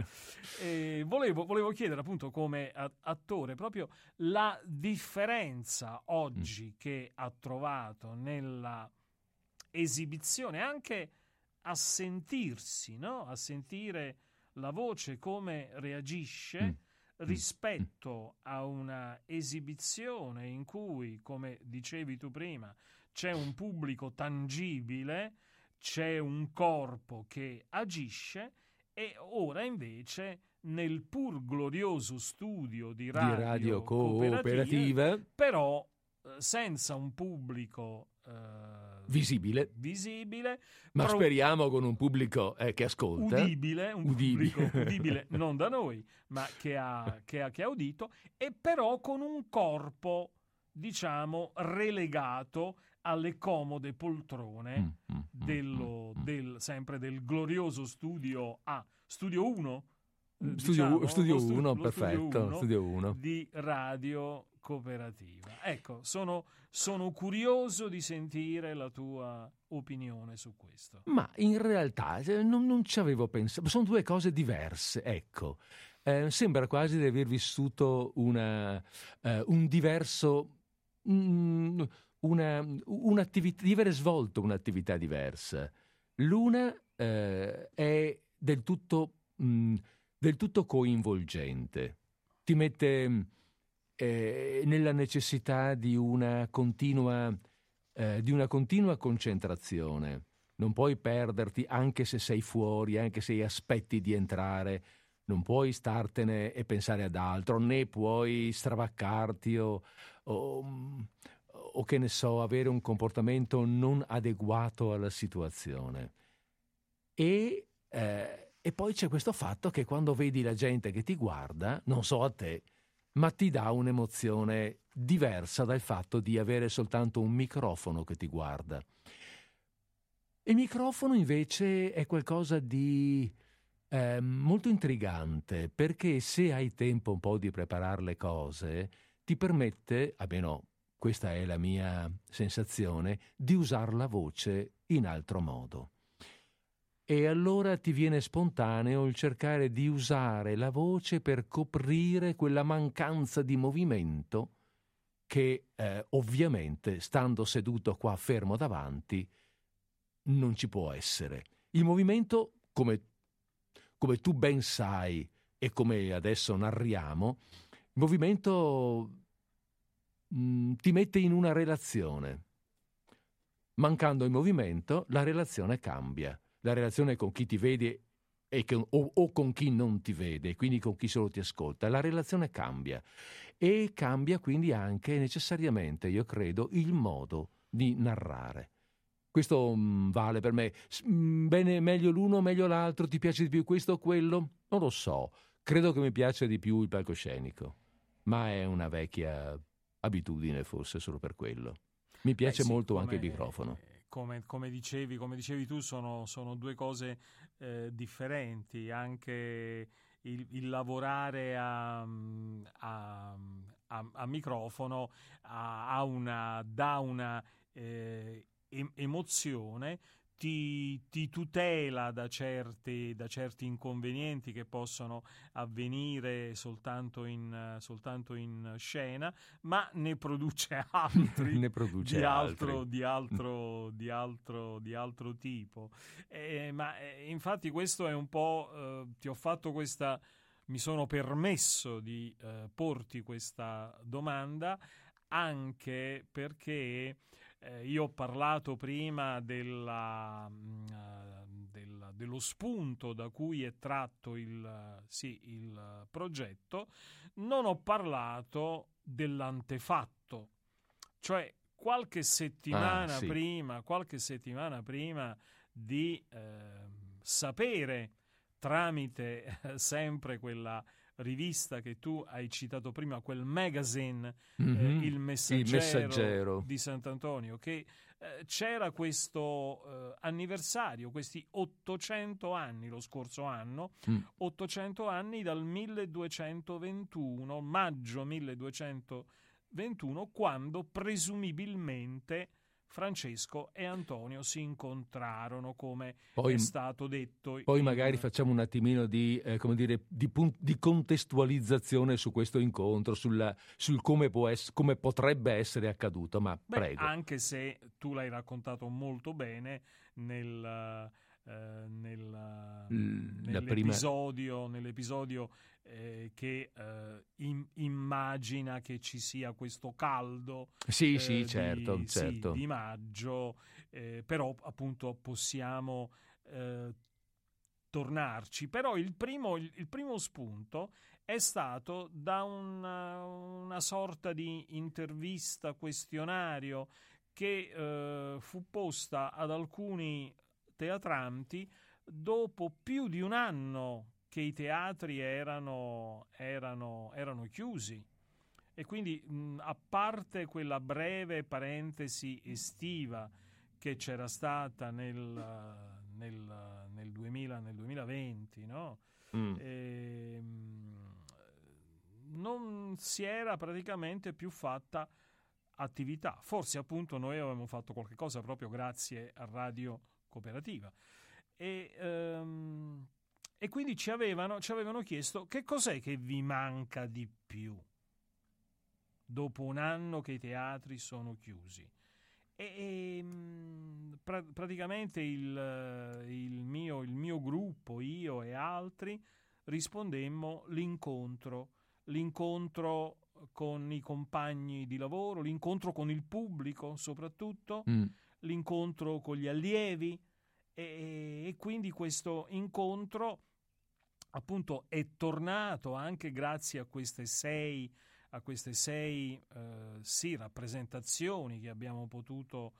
Volevo chiedere, appunto, come attore, proprio la differenza oggi che ha trovato nella esibizione, anche a sentirsi, no? A sentire la voce come reagisce rispetto a una esibizione in cui, come dicevi tu prima, c'è un pubblico tangibile, c'è un corpo che agisce, e ora invece nel pur glorioso studio di radio cooperativa, però senza un pubblico visibile, ma però speriamo con un pubblico che ascolta, pubblico udibile non da noi, ma che ha udito, e però con un corpo, diciamo, relegato alle comode poltrone sempre del glorioso studio A, Studio 1, Studio 1, perfetto, Studio 1 di Radio Cooperativa. Ecco, sono curioso di sentire la tua opinione su questo. Ma in realtà non ci avevo pensato, sono due cose diverse, ecco. Sembra quasi di aver vissuto un diverso, un'attività, di aver svolto un'attività diversa. L'una è del tutto coinvolgente, ti mette nella necessità di una continua concentrazione. Non puoi perderti, anche se sei fuori, anche se aspetti di entrare, non puoi startene e pensare ad altro, né puoi stravaccarti o che ne so, avere un comportamento non adeguato alla situazione. E poi c'è questo fatto che quando vedi la gente che ti guarda, non so a te, ma ti dà un'emozione diversa dal fatto di avere soltanto un microfono che ti guarda. Il microfono invece è qualcosa di molto intrigante, perché se hai tempo un po' di preparare le cose, ti permette, almeno questa è la mia sensazione, di usare la voce in altro modo. E allora ti viene spontaneo il cercare di usare la voce per coprire quella mancanza di movimento che ovviamente, stando seduto qua fermo davanti, non ci può essere. Il movimento, come tu ben sai e come adesso narriamo, il movimento ti mette in una relazione. Mancando il movimento, la relazione cambia. La relazione con chi ti vede o con chi non ti vede, quindi con chi solo ti ascolta. La relazione cambia e cambia quindi anche necessariamente, io credo, il modo di narrare. Questo vale per me. Bene, meglio l'uno, meglio l'altro, ti piace di più questo o quello? Non lo so. Credo che mi piace di più il palcoscenico, ma è una vecchia abitudine forse solo per quello. Mi piace molto anche il microfono. Come dicevi tu, sono due cose differenti. Anche il lavorare a microfono dà una emozione, ti tutela da certi inconvenienti che possono avvenire soltanto in scena, ma ne produce altri di altro tipo. Infatti questo è un po' mi sono permesso di porti questa domanda anche perché io ho parlato prima dello spunto da cui è tratto il progetto, non ho parlato dell'antefatto, cioè qualche settimana prima di sapere, tramite sempre quella rivista che tu hai citato prima, quel magazine, il Messaggero di Sant'Antonio, che c'era questo anniversario, questi 800 anni lo scorso anno, 800 anni dal 1221, maggio 1221, quando presumibilmente Francesco e Antonio si incontrarono, come è stato detto. Poi magari facciamo un attimino di contestualizzazione su questo incontro, sul come potrebbe essere accaduto, ma prego. Anche se tu l'hai raccontato molto bene nell'episodio che immagina che ci sia questo caldo certo. Di maggio, però appunto possiamo tornarci. Però il primo spunto è stato da una sorta di intervista questionario che fu posta ad alcuni teatranti dopo più di un anno che i teatri erano chiusi, e quindi a parte quella breve parentesi estiva che c'era stata nel 2020, no? Non si era praticamente più fatta attività. Forse appunto noi avevamo fatto qualche cosa proprio grazie a Radio Cooperativa e quindi ci avevano chiesto: che cos'è che vi manca di più dopo un anno che i teatri sono chiusi? Praticamente il mio gruppo, io e altri, rispondemmo l'incontro con i compagni di lavoro, l'incontro con il pubblico soprattutto, l'incontro con gli allievi, e quindi questo incontro appunto è tornato anche grazie a queste sei rappresentazioni che abbiamo potuto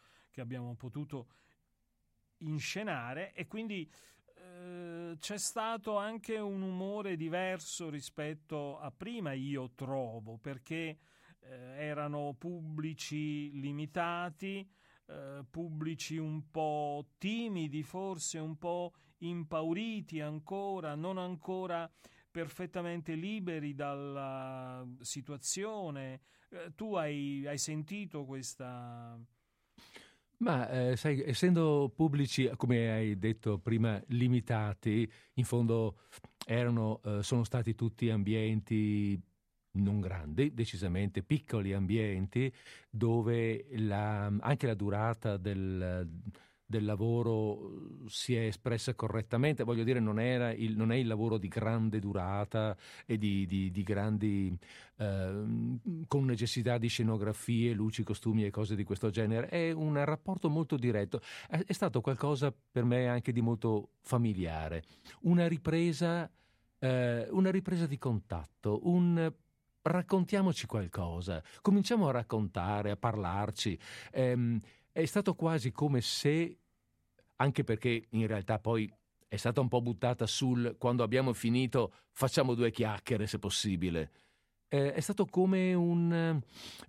inscenare, e quindi c'è stato anche un umore diverso rispetto a prima, io trovo, perché erano pubblici limitati, pubblici un po' timidi, forse un po' impauriti ancora, non ancora perfettamente liberi dalla situazione. Tu hai sentito questa... Ma sai, essendo pubblici, come hai detto prima, limitati, in fondo sono stati tutti ambienti non grandi, decisamente piccoli ambienti, dove anche la durata del lavoro si è espressa correttamente. Voglio dire, non è il lavoro di grande durata e di grandi con necessità di scenografie, luci, costumi e cose di questo genere. È un rapporto molto diretto. È stato qualcosa per me anche di molto familiare, una ripresa di contatto, raccontiamoci qualcosa, cominciamo a raccontare, a parlarci. È stato quasi come se, anche perché in realtà poi è stata un po' buttata quando abbiamo finito facciamo 2 chiacchiere se possibile. È stato come un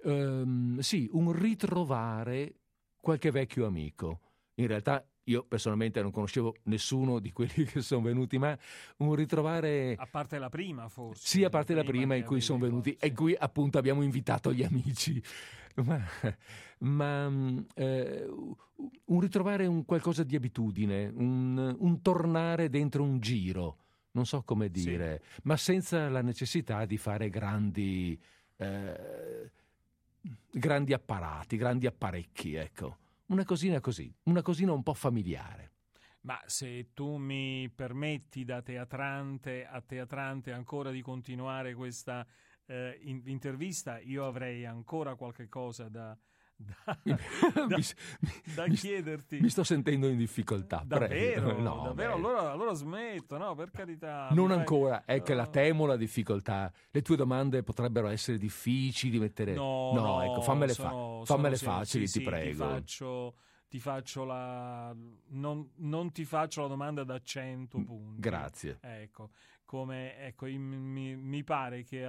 ritrovare qualche vecchio amico. In realtà io personalmente non conoscevo nessuno di quelli che sono venuti, ma un ritrovare... A parte la prima, forse. Sì, a parte la prima in cui sono venuti, e in cui appunto abbiamo invitato gli amici. Ma un ritrovare un qualcosa di abitudine, un tornare dentro un giro, non so come dire, ma senza la necessità di fare grandi apparati, grandi apparecchi, ecco. Una cosina così, una cosina un po' familiare. Ma se tu mi permetti da teatrante a teatrante ancora di continuare questa intervista, io avrei ancora qualche cosa da chiederti. Mi sto sentendo in difficoltà. Davvero? No, davvero? Allora smetto, no, per carità. Non ancora, è che la temo la difficcia. Le tue domande potrebbero essere difficili, mettere... No, ecco, fammele facili, ti prego. Ti faccio non ti faccio la domanda da 100 punti. Grazie. Ecco, mi pare che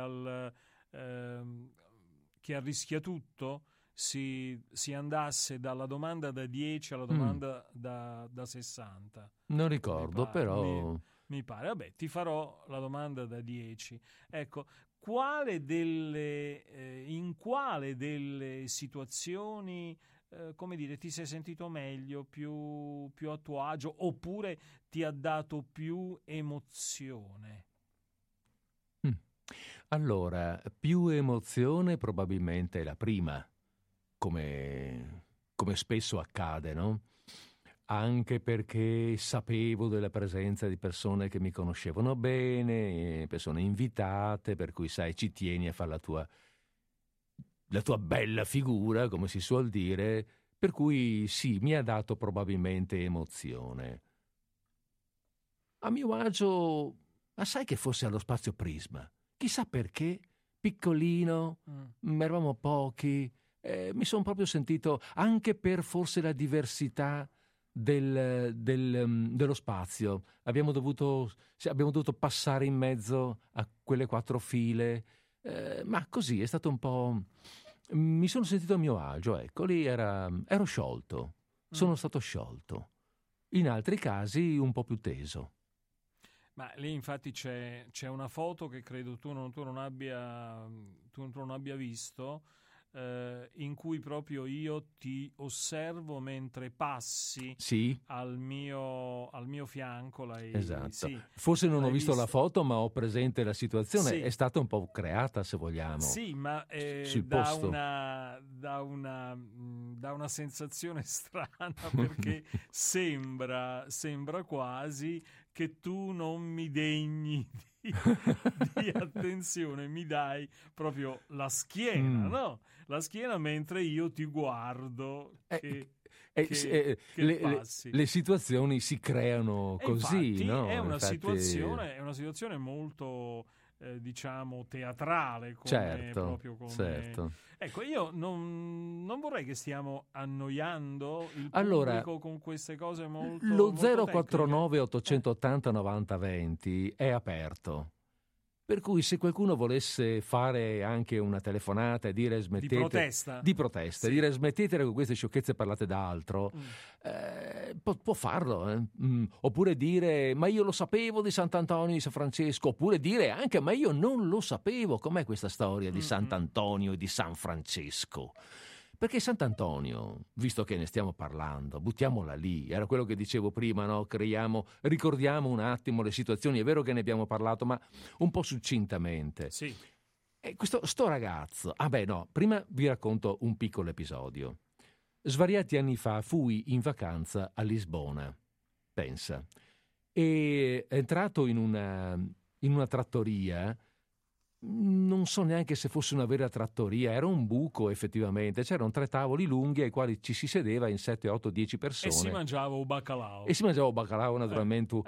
che a Rischiatutto si andasse dalla domanda da 10 alla domanda da 60. Non ricordo, però... Mi pare. Vabbè, ti farò la domanda da 10. Ecco, in quale delle situazioni, come dire, ti sei sentito meglio, più a tuo agio, oppure ti ha dato più emozione? Allora, più emozione probabilmente è la prima, come spesso accade, no? Anche perché sapevo della presenza di persone che mi conoscevano bene, persone invitate, per cui sai, ci tieni a fare la tua bella figura, come si suol dire, per cui sì, mi ha dato probabilmente emozione. A mio agio, ma sai che fosse allo Spazio Prisma? Chissà perché, piccolino, eravamo pochi, mi sono proprio sentito, anche per forse la diversità dello spazio, abbiamo dovuto passare in mezzo a quelle 4 file, ma così è stato un po'... Mi sono sentito a mio agio, ecco, lì ero sciolto, sono stato sciolto. In altri casi un po' più teso. Ma lì infatti c'è una foto che credo tu non abbia visto, in cui proprio io ti osservo mentre passi al mio fianco. Esatto. Sì, forse non ho visto la foto, ma ho presente la situazione. Sì. È stata un po' creata, se vogliamo. Sì, ma da una sensazione strana, perché sembra quasi che tu non mi degni di attenzione, mi dai proprio la schiena, no? La schiena mentre io ti guardo le situazioni si creano così, infatti, no? È una situazione molto diciamo teatrale, proprio come... Certo. Ecco, io non vorrei che stiamo annoiando il pubblico con queste cose molto... Lo 049 880 90 20 è aperto. Per cui se qualcuno volesse fare anche una telefonata e dire smettete... Di protesta, sì. Dire smettetela con queste sciocchezze, parlate d'altro, può farlo. Oppure dire ma io lo sapevo di Sant'Antonio di San Francesco, oppure dire anche ma io non lo sapevo. Com'è questa storia di Sant'Antonio e di San Francesco? Perché Sant'Antonio, visto che ne stiamo parlando, buttiamola lì, era quello che dicevo prima, no? Ricordiamo un attimo le situazioni, è vero che ne abbiamo parlato, ma un po' succintamente. Sì. E sto ragazzo, prima vi racconto un piccolo episodio. Svariati anni fa fui in vacanza a Lisbona, pensa, e entrato in una trattoria. Non so neanche se fosse una vera trattoria, era un buco effettivamente, c'erano 3 tavoli lunghi ai quali ci si sedeva in 7, 8, 10 persone. E si mangiava un baccalao. Naturalmente.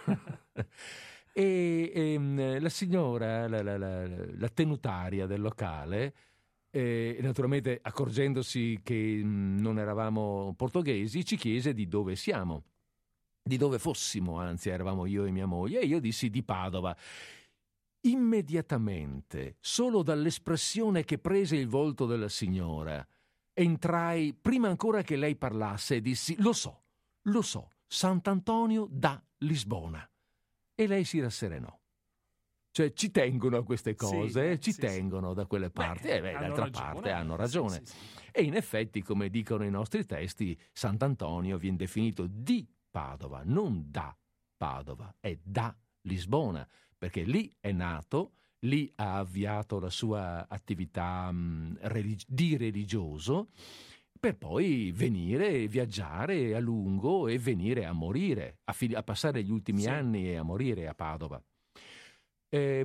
E la signora, la tenutaria del locale, naturalmente accorgendosi che non eravamo portoghesi, ci chiese di dove siamo, di dove fossimo, anzi eravamo io e mia moglie, e io dissi di Padova. Immediatamente, solo dall'espressione che prese il volto della signora, entrai, prima ancora che lei parlasse, e dissi lo so, Sant'Antonio da Lisbona. E lei si rasserenò. Cioè ci tengono a queste cose, tengono da quelle parti, d'altra parte hanno ragione. Sì. E in effetti, come dicono i nostri testi, Sant'Antonio viene definito di Padova, non da Padova, è da Lisbona, perché lì è nato, lì ha avviato la sua attività di religioso, per poi venire, viaggiare a lungo e venire a morire, a passare gli ultimi anni e a morire a Padova. Per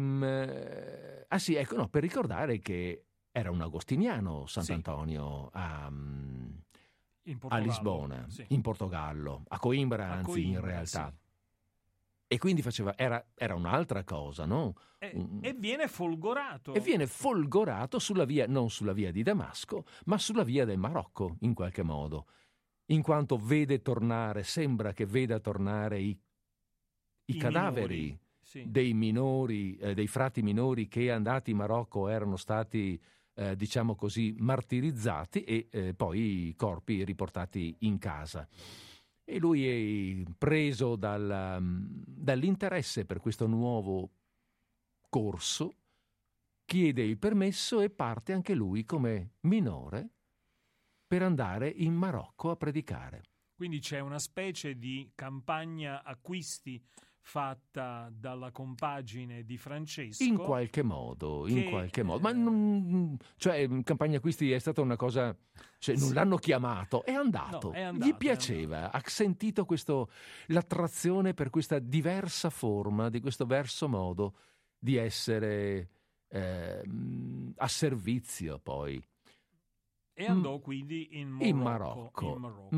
ricordare che era un agostiniano Sant'Antonio a Lisbona, in Portogallo, a Coimbra, in realtà. Sì. E quindi era un'altra cosa, no? E viene folgorato. E viene folgorato sulla via, non sulla via di Damasco, ma sulla via del Marocco, in qualche modo. In quanto sembra che veda tornare i cadaveri dei minori, dei frati minori che andati in Marocco erano stati, diciamo così, martirizzati e poi i corpi riportati in casa. E lui è preso dall'interesse per questo nuovo corso, chiede il permesso e parte anche lui come minore per andare in Marocco a predicare. Quindi c'è una specie di campagna acquisti fatta dalla compagine di Francesco. In qualche modo. Ma campagna acquisti è stata una cosa, non l'hanno chiamato, è andato. Gli piaceva, ha sentito l'attrazione per questa diversa forma, di questo verso modo di essere a servizio poi. E andò quindi in Marocco.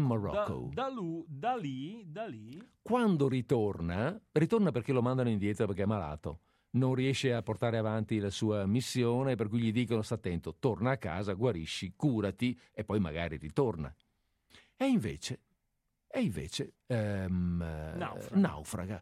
Da lì. Quando ritorna perché lo mandano indietro perché è malato. Non riesce a portare avanti la sua missione, per cui gli dicono sta attento, torna a casa, guarisci, curati e poi magari ritorna. E invece naufraga.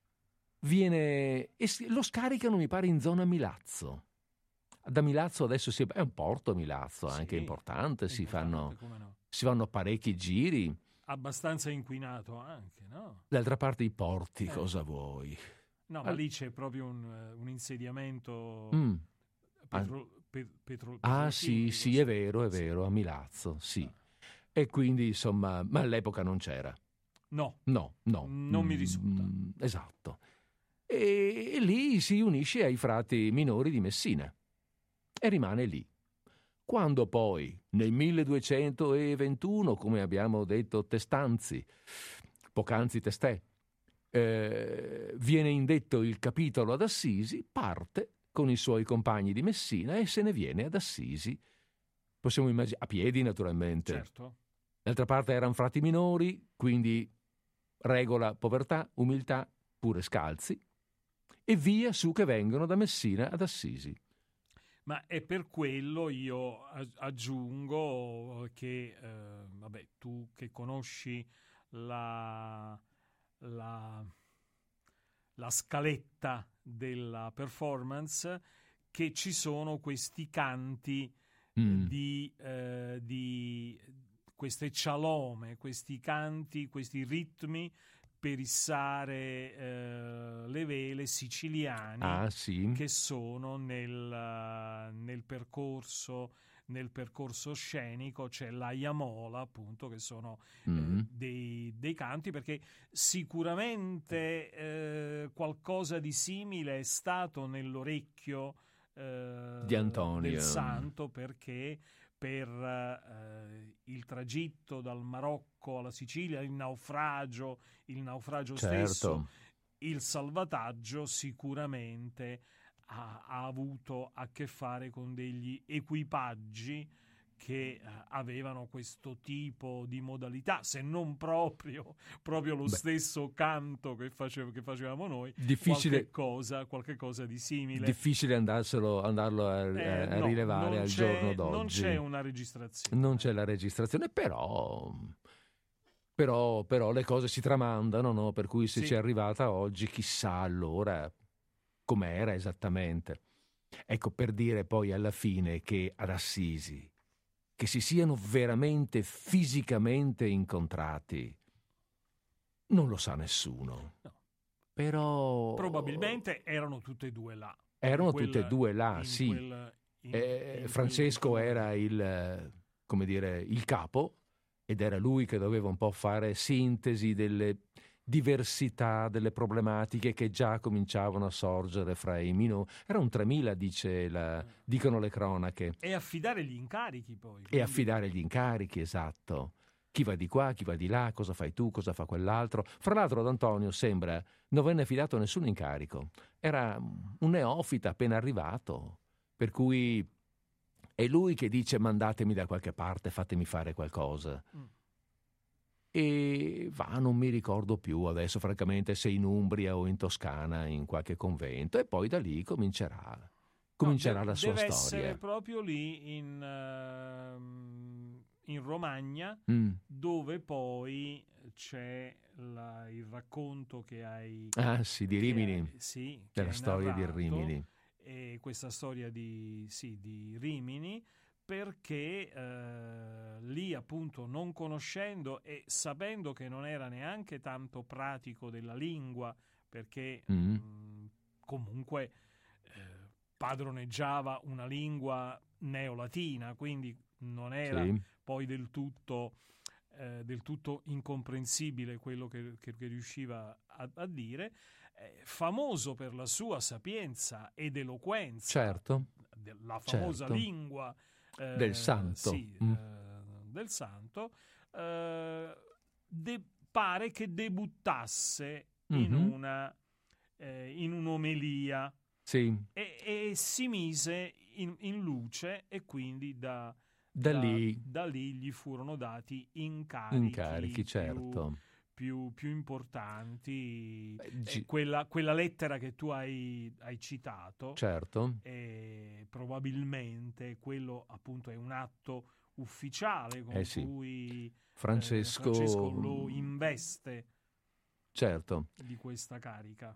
Lo scaricano, mi pare, in zona Milazzo. Da Milazzo adesso è un porto Milazzo, anche importante, si fanno parecchi giri. Abbastanza inquinato anche, no? D'altra parte i porti, cosa vuoi? No, ma lì c'è proprio un insediamento petrolifero. Sì, è vero, a Milazzo, sì. E quindi, insomma, ma all'epoca non c'era. No. Non mi risulta. Esatto. E lì si unisce ai frati minori di Messina e rimane lì. Quando poi, nel 1221, come abbiamo detto poc'anzi testè, viene indetto il capitolo ad Assisi, parte con i suoi compagni di Messina e se ne viene ad Assisi. Possiamo immaginare, a piedi naturalmente. Certo. D'altra parte erano frati minori, quindi regola povertà, umiltà, pure scalzi, e via su che vengono da Messina ad Assisi. Ma è per quello io aggiungo che, tu che conosci la la scaletta della performance, che ci sono questi canti di queste cialome, questi canti, questi ritmi per issare le vele siciliani che sono nel percorso scenico. C'è la Iamola, appunto, che sono dei canti, perché sicuramente qualcosa di simile è stato nell'orecchio di Antonio del santo, perché per il tragitto dal Marocco alla Sicilia, il naufragio stesso, il salvataggio sicuramente ha avuto a che fare con degli equipaggi che avevano questo tipo di modalità, se non proprio lo stesso canto che facevamo noi. Difficile, qualche cosa di simile. Difficile andarlo a rilevare al giorno d'oggi. Non c'è una registrazione. Non c'è la registrazione, però le cose si tramandano, no? Per cui se c'è arrivata oggi, chissà allora com'era esattamente. Ecco, per dire poi alla fine che ad Assisi, che si siano veramente fisicamente incontrati, non lo sa nessuno. No. Però probabilmente erano tutte e due là. Tutte e due là, sì. Francesco era il capo, ed era lui che doveva un po' fare sintesi delle diversità, delle problematiche che già cominciavano a sorgere fra i minori. Era un 3000, dicono le cronache. E affidare gli incarichi poi. E affidare gli incarichi, esatto. Chi va di qua, chi va di là, cosa fai tu, cosa fa quell'altro. Fra l'altro ad Antonio sembra non venne affidato nessun incarico. Era un neofita appena arrivato, per cui è lui che dice: mandatemi da qualche parte, fatemi fare qualcosa. E non mi ricordo più adesso francamente se in Umbria o in Toscana, in qualche convento, e poi da lì comincerà la sua deve storia. Essere proprio lì in Romagna, dove poi c'è il racconto che hai di Rimini, della storia narrato, di Rimini, e questa storia di Rimini, perché lì appunto, non conoscendo e sapendo che non era neanche tanto pratico della lingua, perché comunque padroneggiava una lingua neolatina, quindi non era poi del tutto incomprensibile quello che riusciva a dire. Famoso per la sua sapienza ed eloquenza, la famosa lingua del santo, del santo, pare che debuttasse in un'omelia, e si mise in luce, e quindi da lì gli furono dati incarichi più importanti. Quella lettera che tu hai citato, e probabilmente quello appunto è un atto ufficiale con cui Francesco lo investe di questa carica.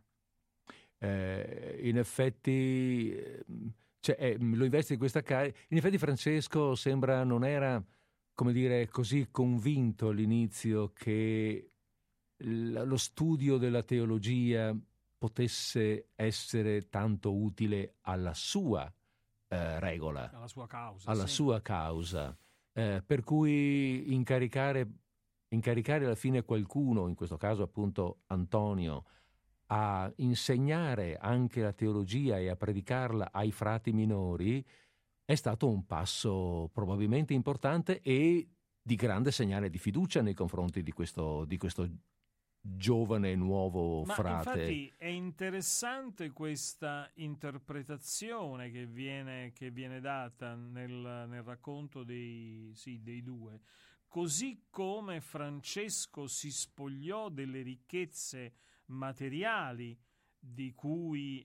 In effetti lo investe di questa carica. In effetti Francesco sembra non era, come dire, così convinto all'inizio che lo studio della teologia potesse essere tanto utile alla sua regola, alla sua causa, per cui incaricare alla fine qualcuno, in questo caso appunto Antonio, a insegnare anche la teologia e a predicarla ai frati minori è stato un passo probabilmente importante e di grande segnale di fiducia nei confronti di questo giovane nuovo frate. Infatti è interessante questa interpretazione che viene data nel racconto dei due. Così come Francesco si spogliò delle ricchezze materiali di cui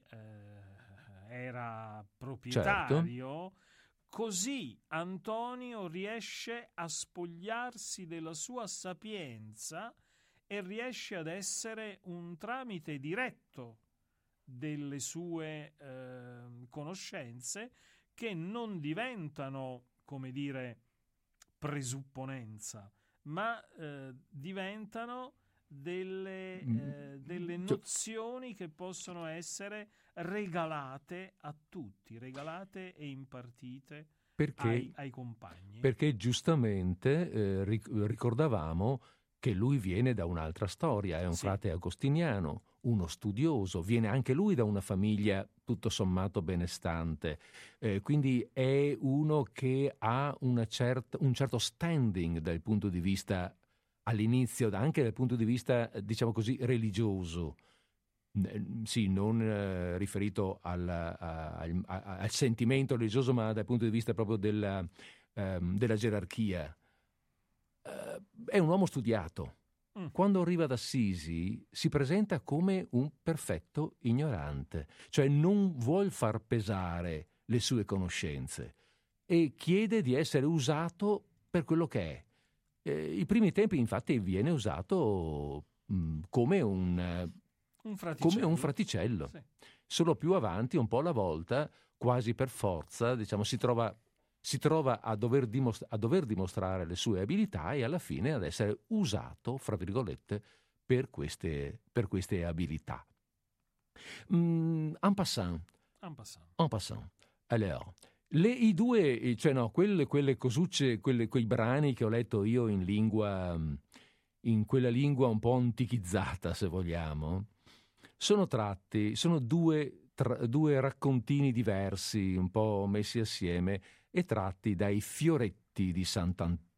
era proprietario, così Antonio riesce a spogliarsi della sua sapienza e riesce ad essere un tramite diretto delle sue conoscenze, che non diventano, come dire, presupponenza, ma diventano delle nozioni che possono essere regalate a tutti, regalate e impartite ai compagni. Perché giustamente ricordavamo che lui viene da un'altra storia, è un frate agostiniano, uno studioso, viene anche lui da una famiglia tutto sommato benestante, quindi è uno che ha un certo standing dal punto di vista, all'inizio, anche dal punto di vista, diciamo così, religioso. Sì, non riferito al sentimento religioso, ma dal punto di vista proprio della gerarchia. È un uomo studiato. Quando arriva ad Assisi si presenta come un perfetto ignorante, cioè non vuol far pesare le sue conoscenze e chiede di essere usato per quello che è. I primi tempi infatti viene usato come un fraticello. Sì. Solo più avanti, un po' alla volta, quasi per forza, diciamo, si trova a dover dimostrare le sue abilità e alla fine ad essere usato, fra virgolette, per queste abilità. En passant. Alors, quelle cosucce, quei brani che ho letto io in quella lingua un po' antichizzata, se vogliamo, sono due raccontini diversi, un po' messi assieme e tratti dai fioretti di San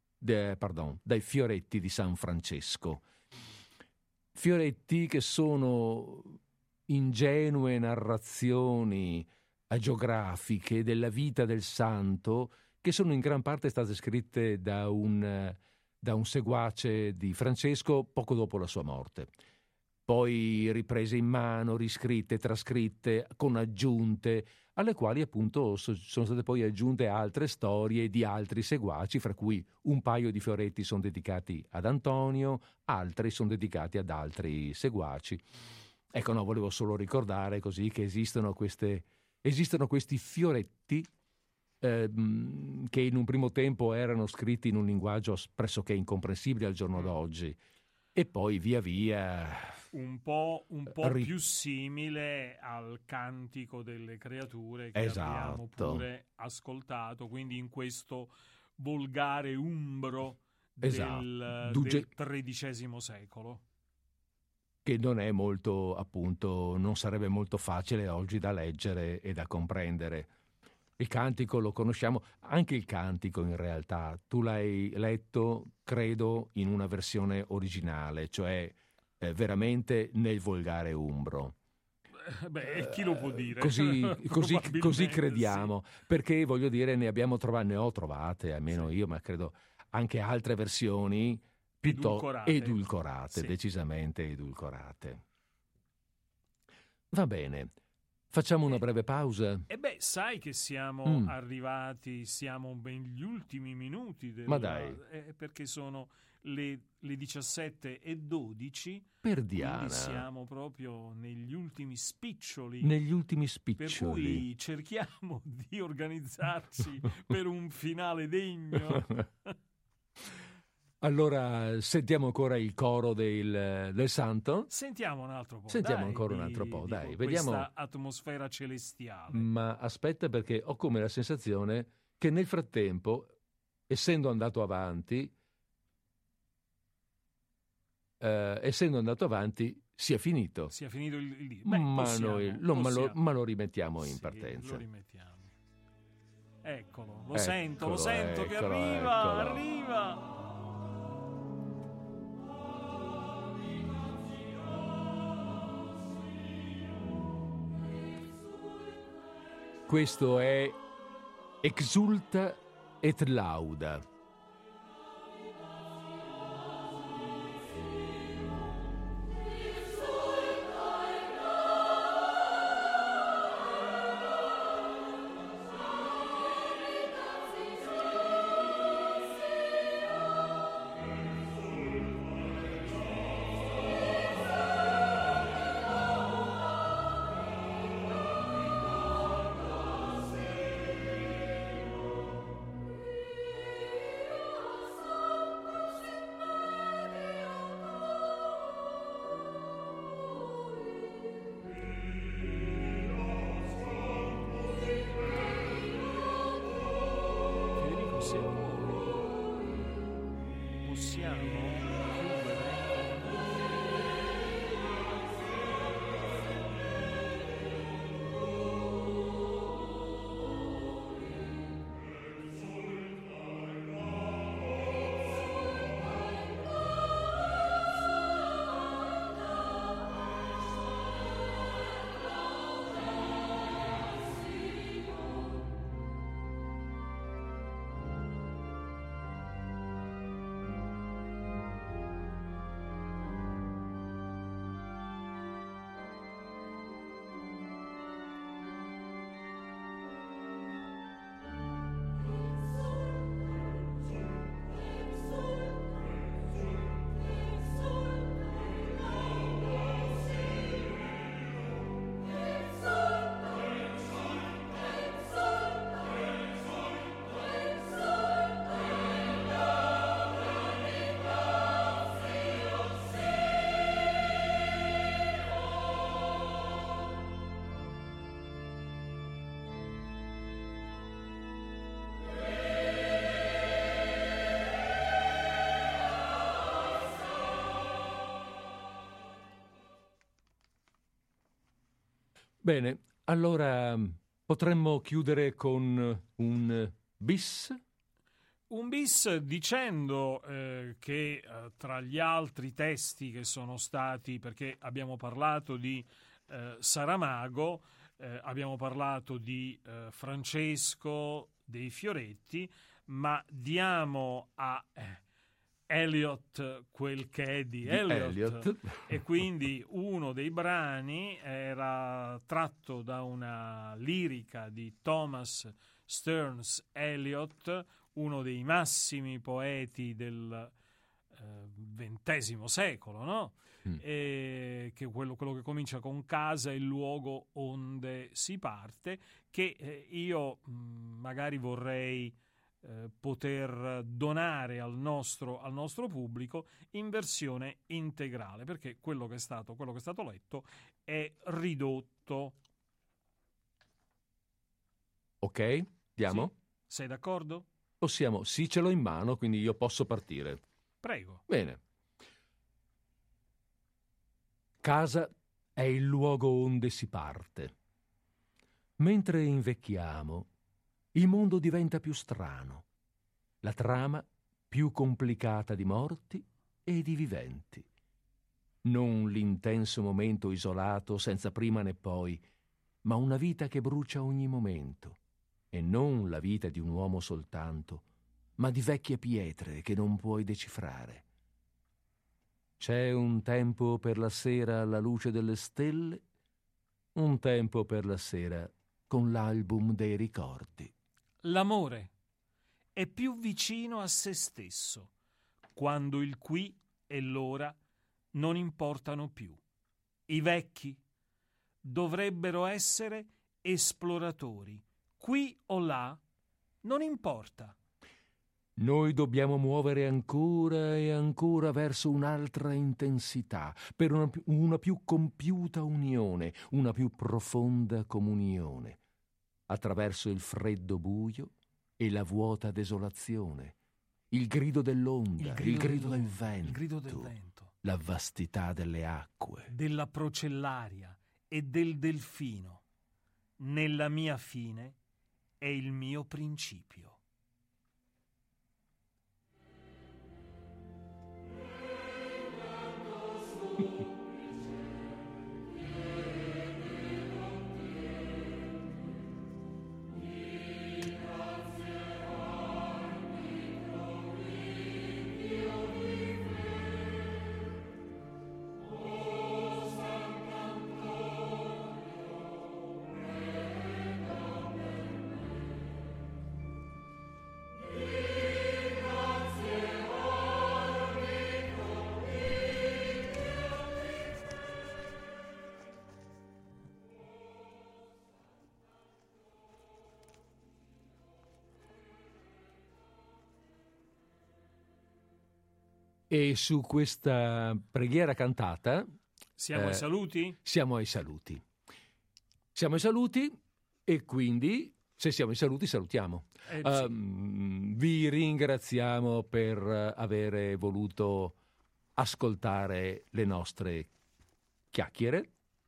Francesco. Fioretti che sono ingenue narrazioni agiografiche della vita del santo, che sono in gran parte state scritte da un seguace di Francesco poco dopo la sua morte. Poi riprese in mano, riscritte, trascritte, con aggiunte, alle quali appunto sono state poi aggiunte altre storie di altri seguaci, fra cui un paio di fioretti sono dedicati ad Antonio, altri sono dedicati ad altri seguaci. Ecco, no, volevo solo ricordare così che esistono questi fioretti che in un primo tempo erano scritti in un linguaggio pressoché incomprensibile al giorno d'oggi e poi via via un po' più simile al Cantico delle Creature che abbiamo pure ascoltato, quindi in questo volgare umbro del XIII secolo, che non è molto, appunto, non sarebbe molto facile oggi da leggere e da comprendere. Il Cantico lo conosciamo, anche il Cantico in realtà tu l'hai letto, credo, in una versione originale, cioè veramente nel volgare umbro. Beh, chi lo può dire? Così crediamo, sì. Perché voglio dire, ne ho trovate, almeno sì. Io, ma credo anche altre versioni piuttosto edulcorate, sì. Decisamente edulcorate. Va bene. Facciamo una breve pausa? Sai che siamo arrivati, siamo negli ultimi minuti Ma dai. Perché sono le 17:12. Per Diana. Quindi siamo proprio negli ultimi spiccioli. Per cui cerchiamo di organizzarci per un finale degno. Allora, sentiamo ancora il coro del santo? Sentiamo un altro po'. Sentiamo ancora un altro po', dai. Vediamo questa atmosfera celestiale. Ma aspetta, perché ho come la sensazione che nel frattempo, essendo andato avanti, sia finito. Sia finito il ma lo rimettiamo in partenza. Lo rimettiamo. Eccolo, lo sento che arriva. Questo è Exulta et Lauda. Bene, allora potremmo chiudere con un bis? Un bis dicendo che tra gli altri testi che sono stati, perché abbiamo parlato di Saramago, abbiamo parlato di Francesco dei Fioretti, ma diamo a Eliot quel che è di Eliot. E quindi uno dei brani era tratto da una lirica di Thomas Stearns Eliot, uno dei massimi poeti del XX secolo, no? Che quello che comincia con casa è il luogo onde si parte, che io magari vorrei poter donare al nostro pubblico in versione integrale, perché quello che è stato letto è ridotto. Ok, diamo? Sì? Sei d'accordo? Possiamo, sì, ce l'ho in mano, quindi io posso partire. Prego. Bene. Casa è il luogo onde si parte. Mentre invecchiamo, il mondo diventa più strano, la trama più complicata di morti e di viventi. Non l'intenso momento isolato senza prima né poi, ma una vita che brucia ogni momento, e non la vita di un uomo soltanto, ma di vecchie pietre che non puoi decifrare. C'è un tempo per la sera alla luce delle stelle, un tempo per la sera con l'album dei ricordi. L'amore è più vicino a se stesso, quando il qui e l'ora non importano più. I vecchi dovrebbero essere esploratori. Qui o là non importa. Noi dobbiamo muovere ancora e ancora verso un'altra intensità, per una più compiuta unione, una più profonda comunione, attraverso il freddo buio e la vuota desolazione, il grido dell'onda, il grido del vento, la vastità delle acque, della procellaria e del delfino. Nella mia fine è il mio principio. E su questa preghiera cantata... Siamo ai saluti? Siamo ai saluti. Siamo ai saluti e quindi, se siamo ai saluti, salutiamo. Sì. Vi ringraziamo per avere voluto ascoltare le nostre chiacchiere.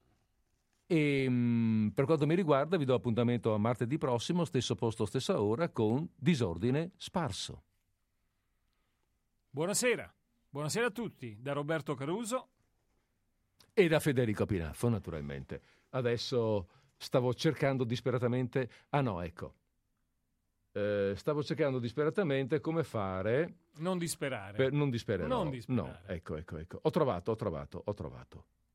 E per quanto mi riguarda vi do appuntamento a martedì prossimo, stesso posto, stessa ora, con Disordine Sparso. Buonasera a tutti, da Roberto Caruso e da Federico Pinaffo, naturalmente. Adesso stavo cercando disperatamente... stavo cercando disperatamente come fare... Non disperare. Non dispererò. Non disperare. No, ecco. Ho trovato.